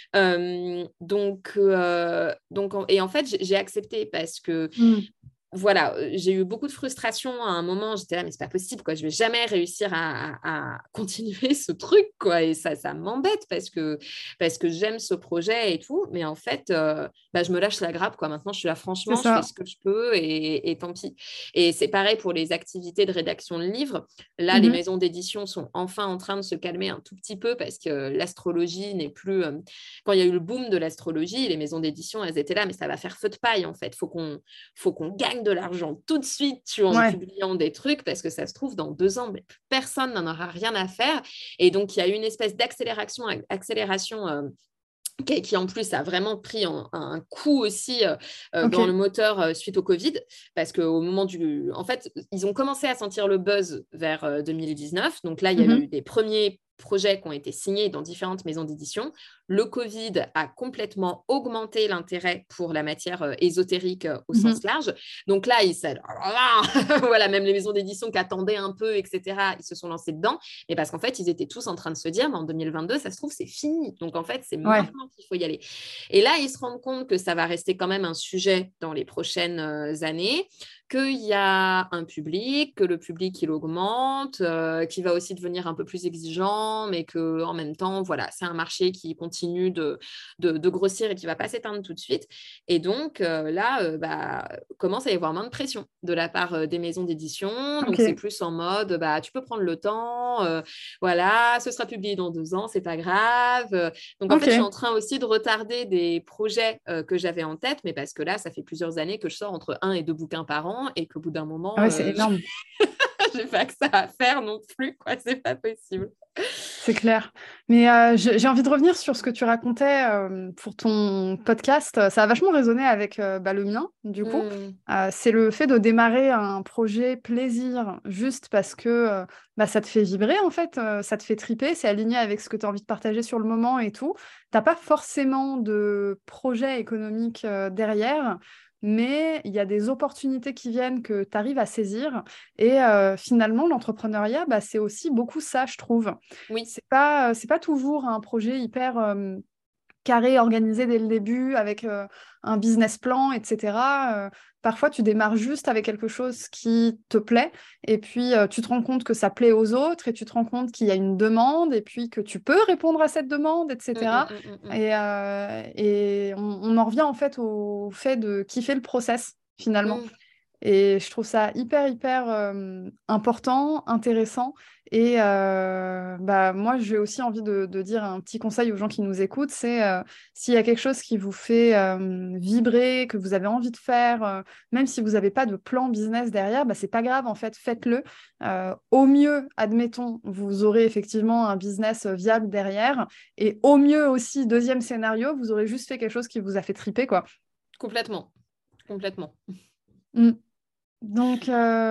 Et en fait, j'ai accepté parce que voilà, j'ai eu beaucoup de frustration à un moment. J'étais là, mais c'est pas possible, quoi. Je vais jamais réussir à continuer ce truc, quoi. Et ça m'embête parce que j'aime ce projet et tout. Mais en fait, je me lâche la grappe, quoi. Maintenant, je suis là, franchement, je fais ce que je peux et tant pis. Et c'est pareil pour les activités de rédaction de livres. Là, les maisons d'édition sont enfin en train de se calmer un tout petit peu parce que l'astrologie n'est plus... Quand il y a eu le boom de l'astrologie, les maisons d'édition, elles étaient là, mais ça va faire feu de paille, en fait. Faut qu'on gagne gagnes de l'argent tout de suite en publiant des trucs, parce que ça se trouve, dans 2 ans, mais personne n'en aura rien à faire. Et donc, il y a eu une espèce d'accélération qui en plus a vraiment pris un coup aussi dans le moteur suite au Covid, parce qu'au moment En fait, ils ont commencé à sentir le buzz vers 2019. Donc là, il y a eu des premiers projets qui ont été signés dans différentes maisons d'édition. Le Covid a complètement augmenté l'intérêt pour la matière ésotérique au sens large. Donc là, voilà, même les maisons d'édition qui attendaient un peu, etc., ils se sont lancés dedans. Mais parce qu'en fait, ils étaient tous en train de se dire, mais en 2022, ça se trouve, c'est fini. Donc en fait, c'est maintenant qu'il faut y aller. Et là, ils se rendent compte que ça va rester quand même un sujet dans les prochaines années, qu'il y a un public, que le public, il augmente, qui va aussi devenir un peu plus exigeant, mais qu'en même temps, voilà, c'est un marché qui continue de grossir et qui ne va pas s'éteindre tout de suite. Et donc, là, commence à y avoir moins de pression de la part des maisons d'édition. Donc, c'est plus en mode, tu peux prendre le temps, voilà, ce sera publié dans 2 ans, c'est pas grave. Donc, en fait, je suis en train aussi de retarder des projets que j'avais en tête, mais parce que là, ça fait plusieurs années que je sors entre 1 et 2 bouquins par an, et qu'au bout d'un moment, c'est énorme. j'ai pas que ça à faire non plus, quoi. C'est pas possible. C'est clair. Mais j'ai envie de revenir sur ce que tu racontais pour ton podcast. Ça a vachement résonné avec le mien, du coup. C'est le fait de démarrer un projet plaisir juste parce que ça te fait vibrer, en fait. Ça te fait triper, c'est aligné avec ce que tu as envie de partager sur le moment et tout. T'as pas forcément de projet économique derrière, mais il y a des opportunités qui viennent que tu arrives à saisir. Et finalement, l'entrepreneuriat, c'est aussi beaucoup ça, je trouve. Oui. C'est pas toujours un projet hyper carré, organisé dès le début, avec un business plan, etc. Parfois, tu démarres juste avec quelque chose qui te plaît, et puis tu te rends compte que ça plaît aux autres, et tu te rends compte qu'il y a une demande, et puis que tu peux répondre à cette demande, etc. Et on en revient en fait au fait de kiffer le process, finalement. Et je trouve ça hyper, hyper important, intéressant. Et moi, j'ai aussi envie de dire un petit conseil aux gens qui nous écoutent, c'est s'il y a quelque chose qui vous fait vibrer, que vous avez envie de faire, même si vous n'avez pas de plan business derrière, c'est pas grave, en fait, faites-le. Au mieux, admettons, vous aurez effectivement un business viable derrière. Et au mieux aussi, deuxième scénario, vous aurez juste fait quelque chose qui vous a fait triper, quoi. Complètement. Donc,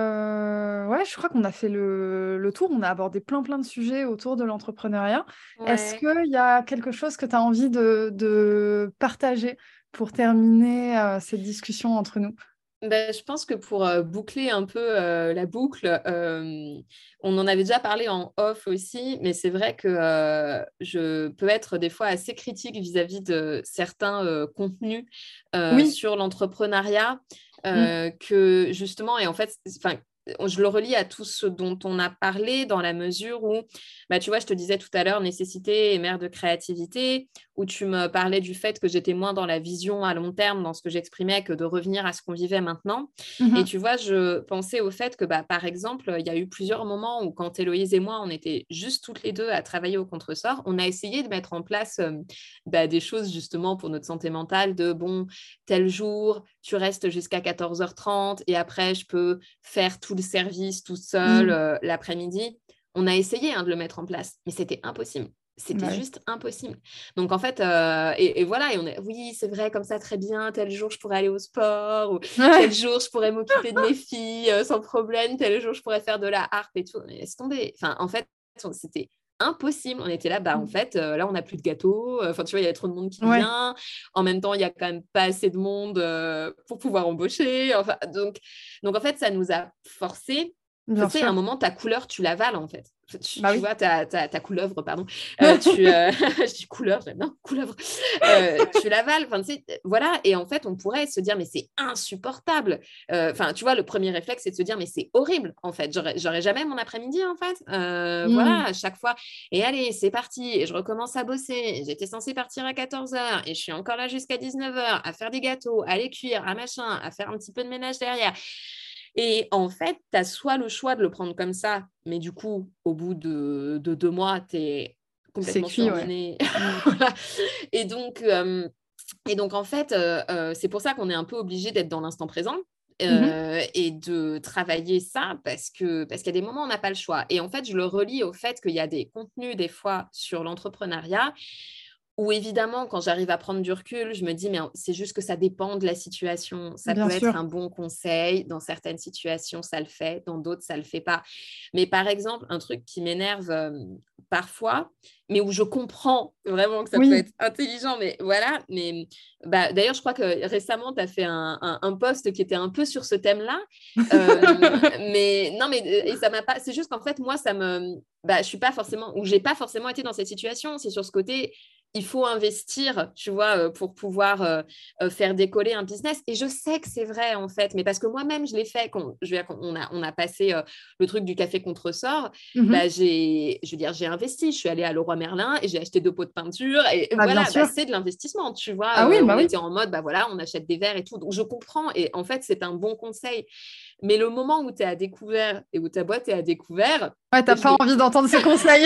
je crois qu'on a fait le tour. On a abordé plein de sujets autour de l'entrepreneuriat. Est-ce qu'il y a quelque chose que tu as envie de partager pour terminer cette discussion entre nous? Je pense que pour boucler un peu la boucle, on en avait déjà parlé en off aussi, mais c'est vrai que je peux être des fois assez critique vis-à-vis de certains contenus sur l'entrepreneuriat. Que justement, et en fait, je le relie à tout ce dont on a parlé dans la mesure où, tu vois, je te disais tout à l'heure, nécessité est mère de créativité, où tu me parlais du fait que j'étais moins dans la vision à long terme, dans ce que j'exprimais, que de revenir à ce qu'on vivait maintenant. Et tu vois, je pensais au fait que, par exemple, il y a eu plusieurs moments où quand Héloïse et moi, on était juste toutes les deux à travailler au contresort, on a essayé de mettre en place des choses justement pour notre santé mentale, de tel jour, tu restes jusqu'à 14h30 et après, je peux faire tout le service tout seul l'après-midi. On a essayé de le mettre en place, mais c'était impossible. C'était juste impossible. Donc, en fait, et voilà, oui, c'est vrai, comme ça, très bien, tel jour, je pourrais aller au sport, ou tel jour, je pourrais m'occuper de mes filles sans problème, tel jour, je pourrais faire de la harpe et tout. Mais laisse tomber. Enfin, en fait, c'était impossible. On était là, en fait, là, on n'a plus de gâteaux. Enfin, tu vois, il y a trop de monde qui vient. En même temps, il n'y a quand même pas assez de monde pour pouvoir embaucher. Enfin, donc, en fait, ça nous a forcé. Tu sais, à un moment, ta couleur, tu l'avales, en fait. Tu vois, ta couleuvre, pardon. Je dis couleur, j'aime bien, couleuvre. Tu l'avales, tu sais, voilà. Et en fait, on pourrait se dire, mais c'est insupportable. Enfin, tu vois, le premier réflexe, c'est de se dire, mais c'est horrible, en fait. J'aurais jamais mon après-midi, en fait. Voilà, à chaque fois. Et allez, c'est parti. Et je recommence à bosser. J'étais censée partir à 14h et je suis encore là jusqu'à 19h à faire des gâteaux, à les cuire, à machin, à faire un petit peu de ménage derrière. Et en fait, tu as soit le choix de le prendre comme ça, mais du coup, au bout de 2 mois, tu es complètement surmené. Voilà. Et donc, en fait, c'est pour ça qu'on est un peu obligé d'être dans l'instant présent. Mhm. et de travailler ça parce qu'il y a des moments où on n'a pas le choix. Et en fait, je le relie au fait qu'il y a des contenus des fois sur l'entrepreneuriat où évidemment, quand j'arrive à prendre du recul, je me dis, mais c'est juste que ça dépend de la situation. Ça Bien peut être sûr. un bon conseil. Dans certaines situations, ça le fait. Dans d'autres, ça ne le fait pas. Mais par exemple, un truc qui m'énerve parfois, mais où je comprends vraiment que ça peut Oui, être intelligent, mais voilà. Mais bah, d'ailleurs, je crois que récemment, tu as fait un post qui était un peu sur ce thème-là. Mais non, mais et ça m'a pas. C'est juste qu'en fait, moi, ça me. Bah, je suis pas forcément, ou j'ai pas forcément été dans cette situation. C'est sur ce côté, il faut investir, tu vois, pour pouvoir faire décoller un business. Et je sais que c'est vrai, en fait, mais parce que moi-même, je l'ai fait. On a passé le truc du café contre sort. Bah, Mhm. je veux dire, j'ai investi. Je suis allée à Leroy Merlin et j'ai acheté 2 pots de peinture. Et Bah, bien voilà, bah, sûr. c'est de l'investissement, tu vois. Ah oui, On bah oui. était en mode, bah voilà, on achète des verres et tout. Donc, je comprends. Et en fait, c'est un bon conseil. Mais le moment où tu es à découvert et où ta boîte est à découvert, Ouais, t'as je pas l'ai envie d'entendre ces conseils.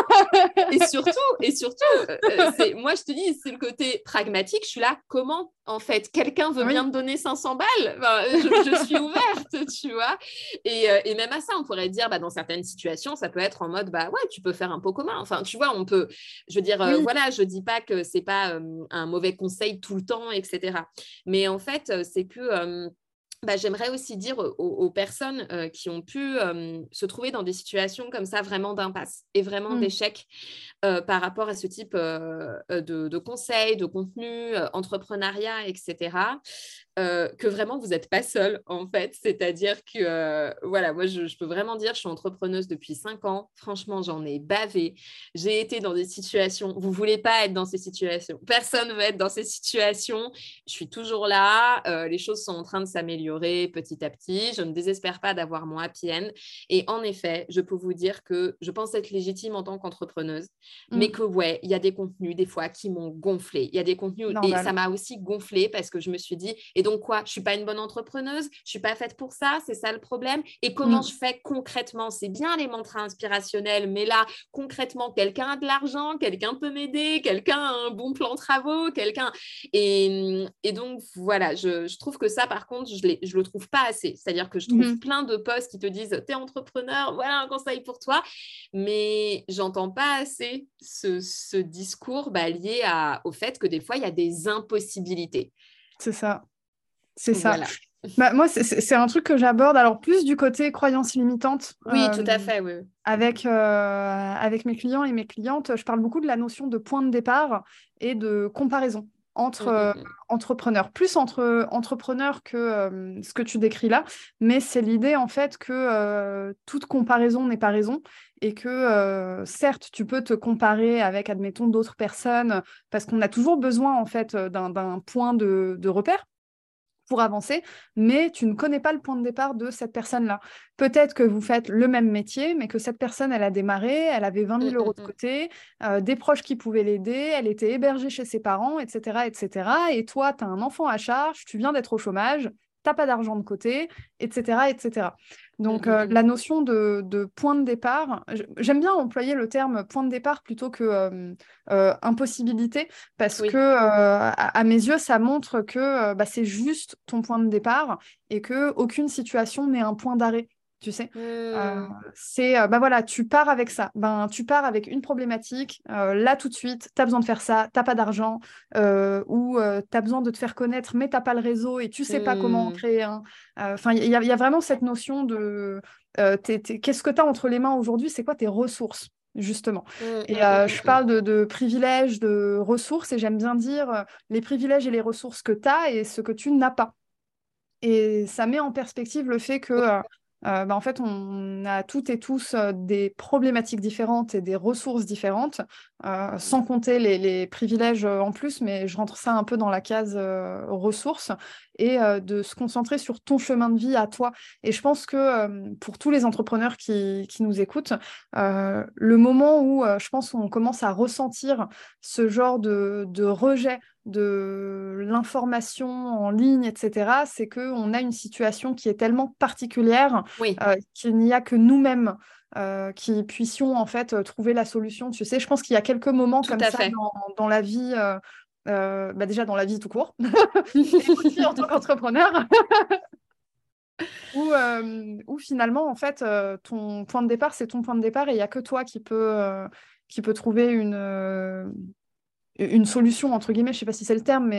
c'est, moi, je te dis, c'est le côté pragmatique. Je suis là, comment, en fait, quelqu'un veut bien Oui. me donner 500 balles? Enfin, je suis ouverte, tu vois. Et même à ça, on pourrait dire, bah, dans certaines situations, ça peut être en mode, bah ouais, tu peux faire un pot commun. Enfin, tu vois, on peut, je veux dire, Oui. voilà, je dis pas que c'est pas un mauvais conseil tout le temps, etc. Mais en fait, c'est que bah, j'aimerais aussi dire aux personnes qui ont pu se trouver dans des situations comme ça, vraiment d'impasse et vraiment Mm. d'échec par rapport à ce type de conseils, de contenus, entrepreneuriat, etc., que vraiment, vous n'êtes pas seul, en fait. C'est-à-dire que, voilà, moi, je peux vraiment dire, je suis entrepreneuse depuis 5 ans. Franchement, j'en ai bavé. J'ai été dans des situations, vous ne voulez pas être dans ces situations. Personne ne veut être dans ces situations. Je suis toujours là. Les choses sont en train de s'améliorer petit à petit. Je ne désespère pas d'avoir mon happy end. Et en effet, je peux vous dire que je pense être légitime en tant qu'entrepreneuse, mais Mm. que, ouais, il y a des contenus, des fois, qui m'ont gonflé. Il y a des contenus, et ça Normal. m'a aussi gonflé parce que je me suis dit, et donc quoi, je suis pas une bonne entrepreneuse, je suis pas faite pour ça, c'est ça le problème. Et comment je Mm. fais concrètement? C'est bien les mantras inspirationnels, mais là, concrètement, quelqu'un a de l'argent, quelqu'un peut m'aider, quelqu'un a un bon plan travaux, quelqu'un. Et donc, voilà, je trouve que ça, par contre, je le trouve pas assez. C'est-à-dire que je trouve Mhm. plein de posts qui te disent, t'es entrepreneur, voilà un conseil pour toi, mais j'entends pas assez ce discours bah, lié au fait que des fois, il y a des impossibilités. C'est ça. C'est ça. Voilà. Bah, moi, c'est un truc que j'aborde, alors plus du côté croyance limitante. Oui, tout à fait, oui. Avec mes clients et mes clientes, je parle beaucoup de la notion de point de départ et de comparaison entre Mm, mm, mm. entrepreneurs, plus entre entrepreneurs que ce que tu décris là, mais c'est l'idée en fait que toute comparaison n'est pas raison et que certes, tu peux te comparer avec, admettons, d'autres personnes parce qu'on a toujours besoin en fait d'un point de repère pour avancer, mais tu ne connais pas le point de départ de cette personne-là. Peut-être que vous faites le même métier, mais que cette personne, elle a démarré, elle avait 20 Mm, 000 euros mm, de mm. côté, des proches qui pouvaient l'aider, elle était hébergée chez ses parents, etc., etc. Et toi, tu as un enfant à charge, tu viens d'être au chômage, t'as pas d'argent de côté, etc., etc. Mm, Donc, mm, mm. la notion de point de départ, j'aime bien employer le terme point de départ plutôt que impossibilité, parce que, Oui. à mes yeux, ça montre que bah, c'est juste ton point de départ et que aucune situation n'est un point d'arrêt, tu sais. Euh, Mm, bah voilà, tu pars avec ça. Ben, tu pars avec une problématique. Là, tout de suite, tu as besoin de faire ça, t'as pas d'argent, ou tu as besoin de te faire connaître, mais t'as pas le réseau et tu sais pas comment en mm, créer un. Enfin, il y a vraiment cette notion de qu'est-ce que tu as entre les mains aujourd'hui? C'est quoi tes ressources? Justement. mm, Et mm, mm, je mm, mm. parle de privilèges, de ressources, et j'aime bien dire les privilèges et les ressources que tu as et ce que tu n'as pas. Et ça met en perspective le fait que, bah, en fait, on a toutes et tous des problématiques différentes et des ressources différentes, sans compter les privilèges en plus, mais je rentre ça un peu dans la case ressources, et de se concentrer sur ton chemin de vie à toi. Et je pense que pour tous les entrepreneurs qui nous écoutent, le moment où je pense qu'on commence à ressentir ce genre de rejet de l'information en ligne, etc., c'est qu'on a une situation qui est tellement particulière Oui, qu'il n'y a que nous-mêmes qui puissions en fait trouver la solution. Tu sais, je pense qu'il y a quelques moments tout comme à ça fait. dans la vie, bah déjà dans la vie tout court, et aussi en tant qu'entrepreneur, Où finalement, en fait, ton point de départ, c'est ton point de départ et il n'y a que toi qui peut trouver une solution, entre guillemets, je sais pas si c'est le terme,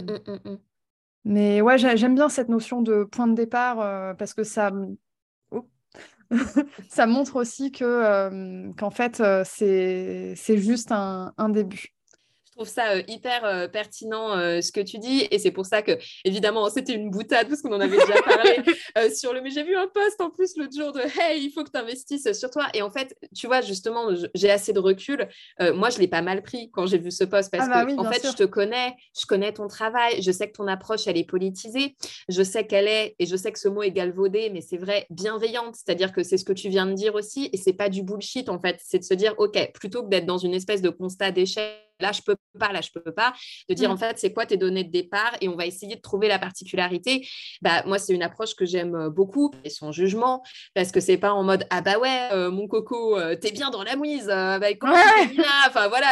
mais ouais, j'aime bien cette notion de point de départ parce que oh, ça montre aussi qu'en fait, c'est juste un début. Je trouve ça hyper pertinent ce que tu dis et c'est pour ça que évidemment c'était une boutade parce qu'on en avait déjà parlé sur le mais j'ai vu un post en plus l'autre jour de hey il faut que tu investisses sur toi et en fait tu vois justement j'ai assez de recul moi je l'ai pas mal pris quand j'ai vu ce post Ah parce bah que oui, en bien fait sûr. je connais ton travail je sais que ton approche elle est politisée je sais qu'elle est et je sais que ce mot est galvaudé mais c'est vrai bienveillante c'est-à-dire que c'est ce que tu viens de dire aussi et c'est pas du bullshit en fait c'est de se dire ok plutôt que d'être dans une espèce de constat d'échec là je peux pas, là je peux pas, de dire en Mm. fait c'est quoi tes données de départ et on va essayer de trouver la particularité. Bah moi c'est une approche que j'aime beaucoup et sans jugement parce que c'est pas en mode ah bah ouais mon coco t'es bien dans la mouise, bah, comment tu t'es Ouais. mis là, enfin voilà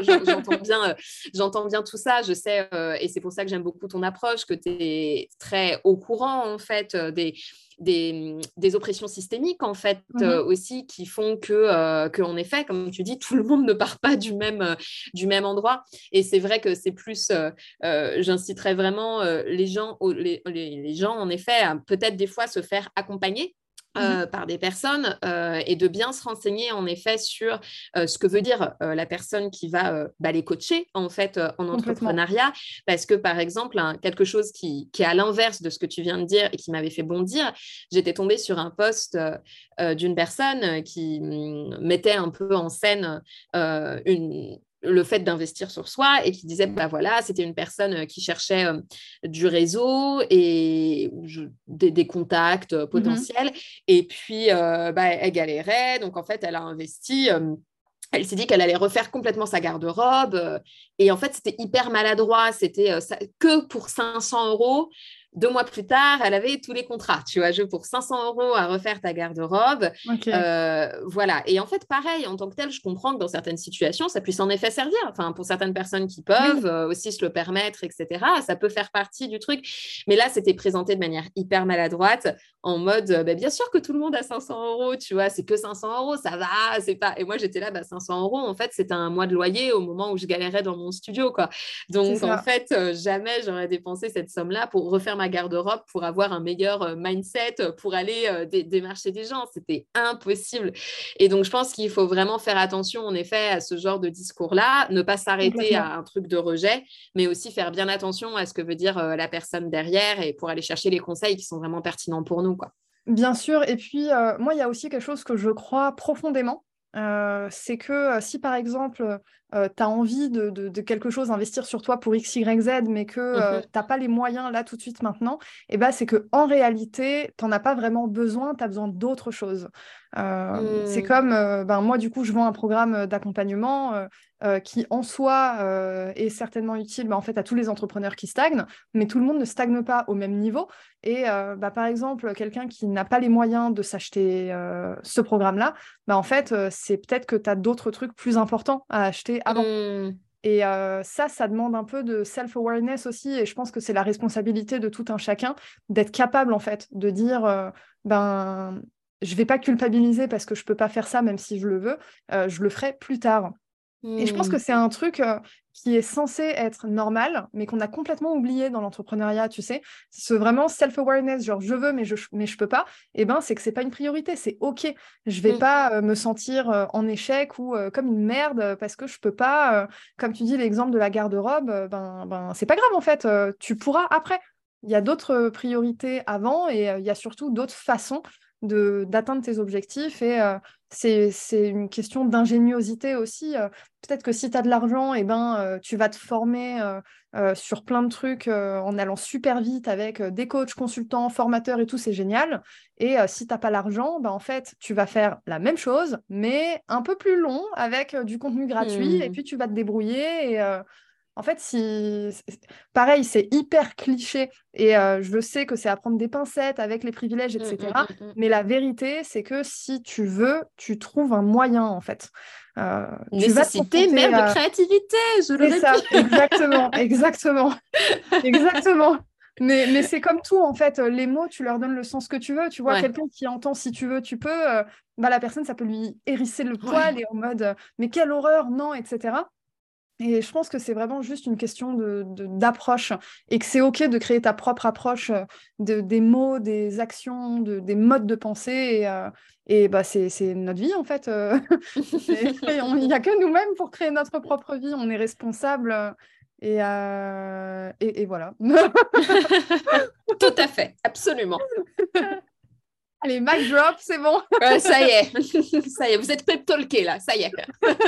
j'entends bien tout ça, je sais et c'est pour ça que j'aime beaucoup ton approche que tu es très au courant en fait des oppressions systémiques en fait Mhm. aussi qui font que en effet comme tu dis tout le monde ne part pas du même endroit. Et c'est vrai que c'est plus, j'inciterais vraiment les gens, en effet, à peut-être des fois se faire accompagner Mhm. par des personnes et de bien se renseigner en effet sur ce que veut dire la personne qui va bah, les coacher en fait en Complètement. entrepreneuriat parce que par exemple quelque chose qui est à l'inverse de ce que tu viens de dire et qui m'avait fait bondir j'étais tombée sur un post d'une personne qui mettait un peu en scène le fait d'investir sur soi et qui disait bah voilà c'était une personne qui cherchait du réseau et des contacts Mhm. potentiels et puis bah, elle galérait donc en fait elle a investi elle s'est dit qu'elle allait refaire complètement sa garde-robe et en fait c'était hyper maladroit c'était que pour 500 euros 2 mois plus tard, elle avait tous les contrats. Tu vois, pour 500 euros à refaire ta garde-robe. Ok. Voilà. Et en fait, pareil, en tant que tel, je comprends que dans certaines situations, ça puisse en effet servir. Enfin, pour certaines personnes qui Oui. peuvent aussi se le permettre, etc., ça peut faire partie du truc. Mais là, c'était présenté de manière hyper maladroite, en mode, bah, bien sûr que tout le monde a 500 euros, tu vois, c'est que 500 euros, ça va, c'est pas. Et moi, j'étais là, bah, 500 euros, en fait, c'était un mois de loyer au moment où je galérais dans mon studio, quoi. C'est Donc, en ça. fait, jamais j'aurais dépensé cette somme-là pour refaire ma garde-robe, pour avoir un meilleur mindset, pour aller démarcher des gens. C'était impossible. Et donc, je pense qu'il faut vraiment faire attention, en effet, à ce genre de discours-là, ne pas s'arrêter Complètement. à un truc de rejet, mais aussi faire bien attention à ce que veut dire la personne derrière et pour aller chercher les conseils qui sont vraiment pertinents pour nous, quoi. Bien sûr. Et puis, moi, il y a aussi quelque chose que je crois profondément. C'est que si, par exemple, tu as envie de quelque chose, investir sur toi pour X, Y, Z, mais que tu Mhm. n'as pas les moyens là tout de suite maintenant, et ben, c'est que en réalité, tu n'en as pas vraiment besoin, tu as besoin d'autre chose. C'est Mm. comme, ben, moi, du coup, je vends un programme d'accompagnement qui, en soi, est certainement utile en fait, à tous les entrepreneurs qui stagnent, mais tout le monde ne stagne pas au même niveau. Et bah, par exemple, quelqu'un qui n'a pas les moyens de s'acheter ce programme-là, bah, en fait, c'est peut-être que tu as d'autres trucs plus importants à acheter avant. Mm. Et ça demande un peu de self-awareness aussi. Et je pense que c'est la responsabilité de tout un chacun d'être capable, en fait, de dire, ben, je vais pas culpabiliser parce que je peux pas faire ça, même si je le veux, je le ferai plus tard. Et je pense que Mm. c'est un truc qui est censé être normal, mais qu'on a complètement oublié dans l'entrepreneuriat, tu sais. Ce vraiment self-awareness, genre je veux, mais je peux pas, et ben c'est que c'est pas une priorité, c'est OK. Je vais Mm. pas me sentir en échec ou comme une merde parce que je peux pas, comme tu dis, l'exemple de la garde-robe, ben c'est pas grave en fait, tu pourras après. Il y a d'autres priorités avant et il y a surtout d'autres façons d'atteindre tes objectifs et c'est une question d'ingéniosité aussi. Peut-être que si tu as de l'argent, eh ben, tu vas te former sur plein de trucs en allant super vite avec des coachs, consultants, formateurs et tout, c'est génial. Et si tu n'as pas l'argent, ben, en fait, tu vas faire la même chose, mais un peu plus long avec du contenu gratuit et Mm. puis tu vas te débrouiller. Et, en fait, pareil, c'est hyper cliché et je sais que c'est à prendre des pincettes avec les privilèges, Mm. Mm. etc. Mm. Mm. Mais la vérité, c'est que si tu veux, tu trouves un moyen, en fait. Euh, tu vas te Nécessité confronter mère de à... créativité, je le C'est ça, répète. exactement, exactement, exactement. Mais c'est comme tout, en fait. Les mots, tu leur donnes le sens que tu veux. Tu vois, quelqu'un qui entend si tu veux, tu peux. La personne, ça peut lui hérisser le poil et en mode mais quelle horreur, non, etc. Et je pense que c'est vraiment juste une question d'approche et que c'est OK de créer ta propre approche des mots, des actions, des modes de pensée. Et c'est notre vie, en fait. Il n'y a que nous-mêmes pour créer notre propre vie. On est responsable. Et voilà. Tout à fait, absolument. Allez, mic drop, c'est bon. Ça y est, ça y est, vous êtes pep talké là, ça y est.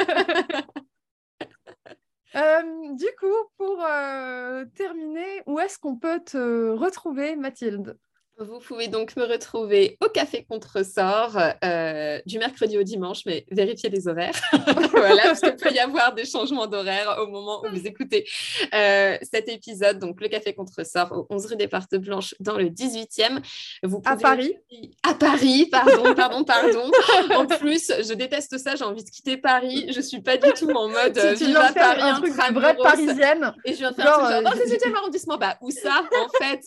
Du coup, pour terminer, où est-ce qu'on peut te retrouver, Mathilde? Vous pouvez donc me retrouver au Café Contresort du mercredi au dimanche, mais vérifiez les horaires. Voilà, parce qu'il peut y avoir des changements d'horaire au moment où vous écoutez cet épisode. Donc, le Café Contresort au 11 rue des Portes Blanches dans le 18e. Vous pouvez... À Paris. À Paris, pardon. En plus, je déteste ça, j'ai envie de quitter Paris. Je ne suis pas du tout en mode viva Paris, un truc de vraie parisienne. Et je viens de faire un truc genre, dans le 18e arrondissement. Bah, où ça, en fait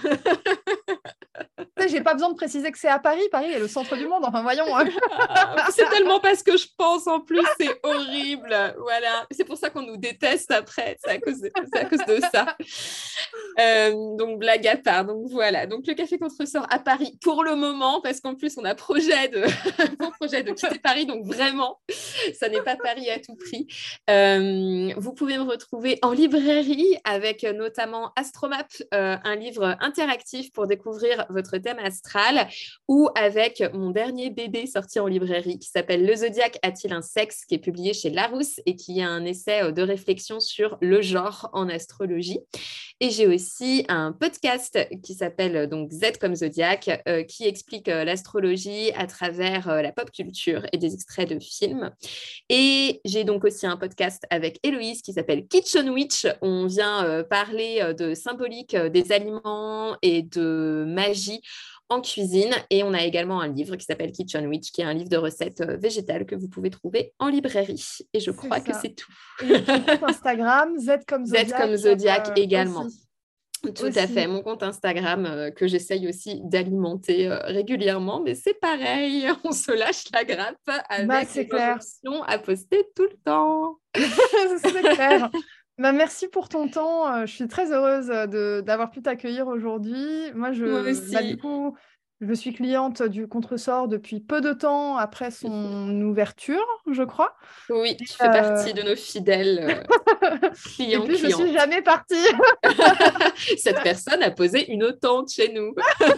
j'ai pas besoin de préciser que c'est à Paris. Paris est le centre du monde. Enfin, voyons. C'est tellement pas ce que je pense en plus. C'est horrible. Voilà. C'est pour ça qu'on nous déteste après. C'est à cause de ça. Donc, blague à part. Donc, voilà. Donc, le Café Contresort à Paris pour le moment, parce qu'en plus, on a projet de quitter Paris. Donc, vraiment, ça n'est pas Paris à tout prix. Vous pouvez me retrouver en librairie avec notamment Astromap, un livre interactif pour découvrir votre thème astral, ou avec mon dernier BD sorti en librairie qui s'appelle Le Zodiaque a-t-il un sexe, qui est publié chez Larousse et qui est un essai de réflexion sur le genre en astrologie. Et j'ai aussi un podcast qui s'appelle donc Z comme Zodiaque, qui explique l'astrologie à travers la pop culture et des extraits de films. Et j'ai donc aussi un podcast avec Héloïse qui s'appelle Kitchen Witch. On vient parler de symbolique des aliments et de magie en cuisine. Et on a également un livre qui s'appelle Kitchen Witch, qui est un livre de recettes végétales que vous pouvez trouver en librairie. Et je crois que c'est tout. Et ton compte Instagram, Z comme Zodiac. Z comme Zodiac également. Aussi. Tout à fait. Mon compte Instagram que j'essaye aussi d'alimenter régulièrement, mais c'est pareil, on se lâche la grappe avec les injonctions à poster tout le temps. C'est clair. Merci pour ton temps. Je suis très heureuse d'avoir pu t'accueillir aujourd'hui. Moi aussi. Du coup, je suis cliente du Contresort depuis peu de temps après son ouverture, je crois. Oui, tu fais partie de nos fidèles clients. Et puis, je ne suis jamais partie. Cette personne a posé une tente chez nous.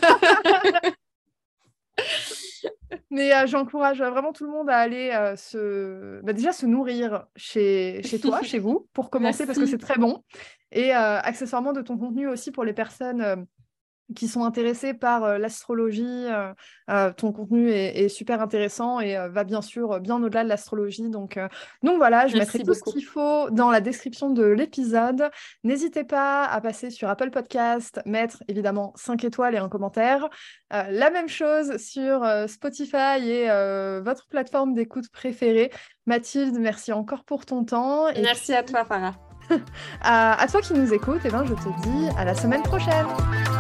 Mais j'encourage vraiment tout le monde à aller déjà se nourrir chez toi, chez vous, pour commencer, parce que c'est très bon. Et accessoirement de ton contenu aussi pour les personnes qui sont intéressés par l'astrologie. Ton contenu est super intéressant et va bien sûr bien au-delà de l'astrologie. Donc voilà, je mettrai tout ce qu'il faut dans la description de l'épisode. N'hésitez pas à passer sur Apple Podcast, mettre évidemment 5 étoiles et un commentaire. La même chose sur Spotify et votre plateforme d'écoute préférée. Mathilde, merci encore pour ton temps. Et merci à toi, Farah. À toi qui nous écoutes, je te dis à la semaine prochaine.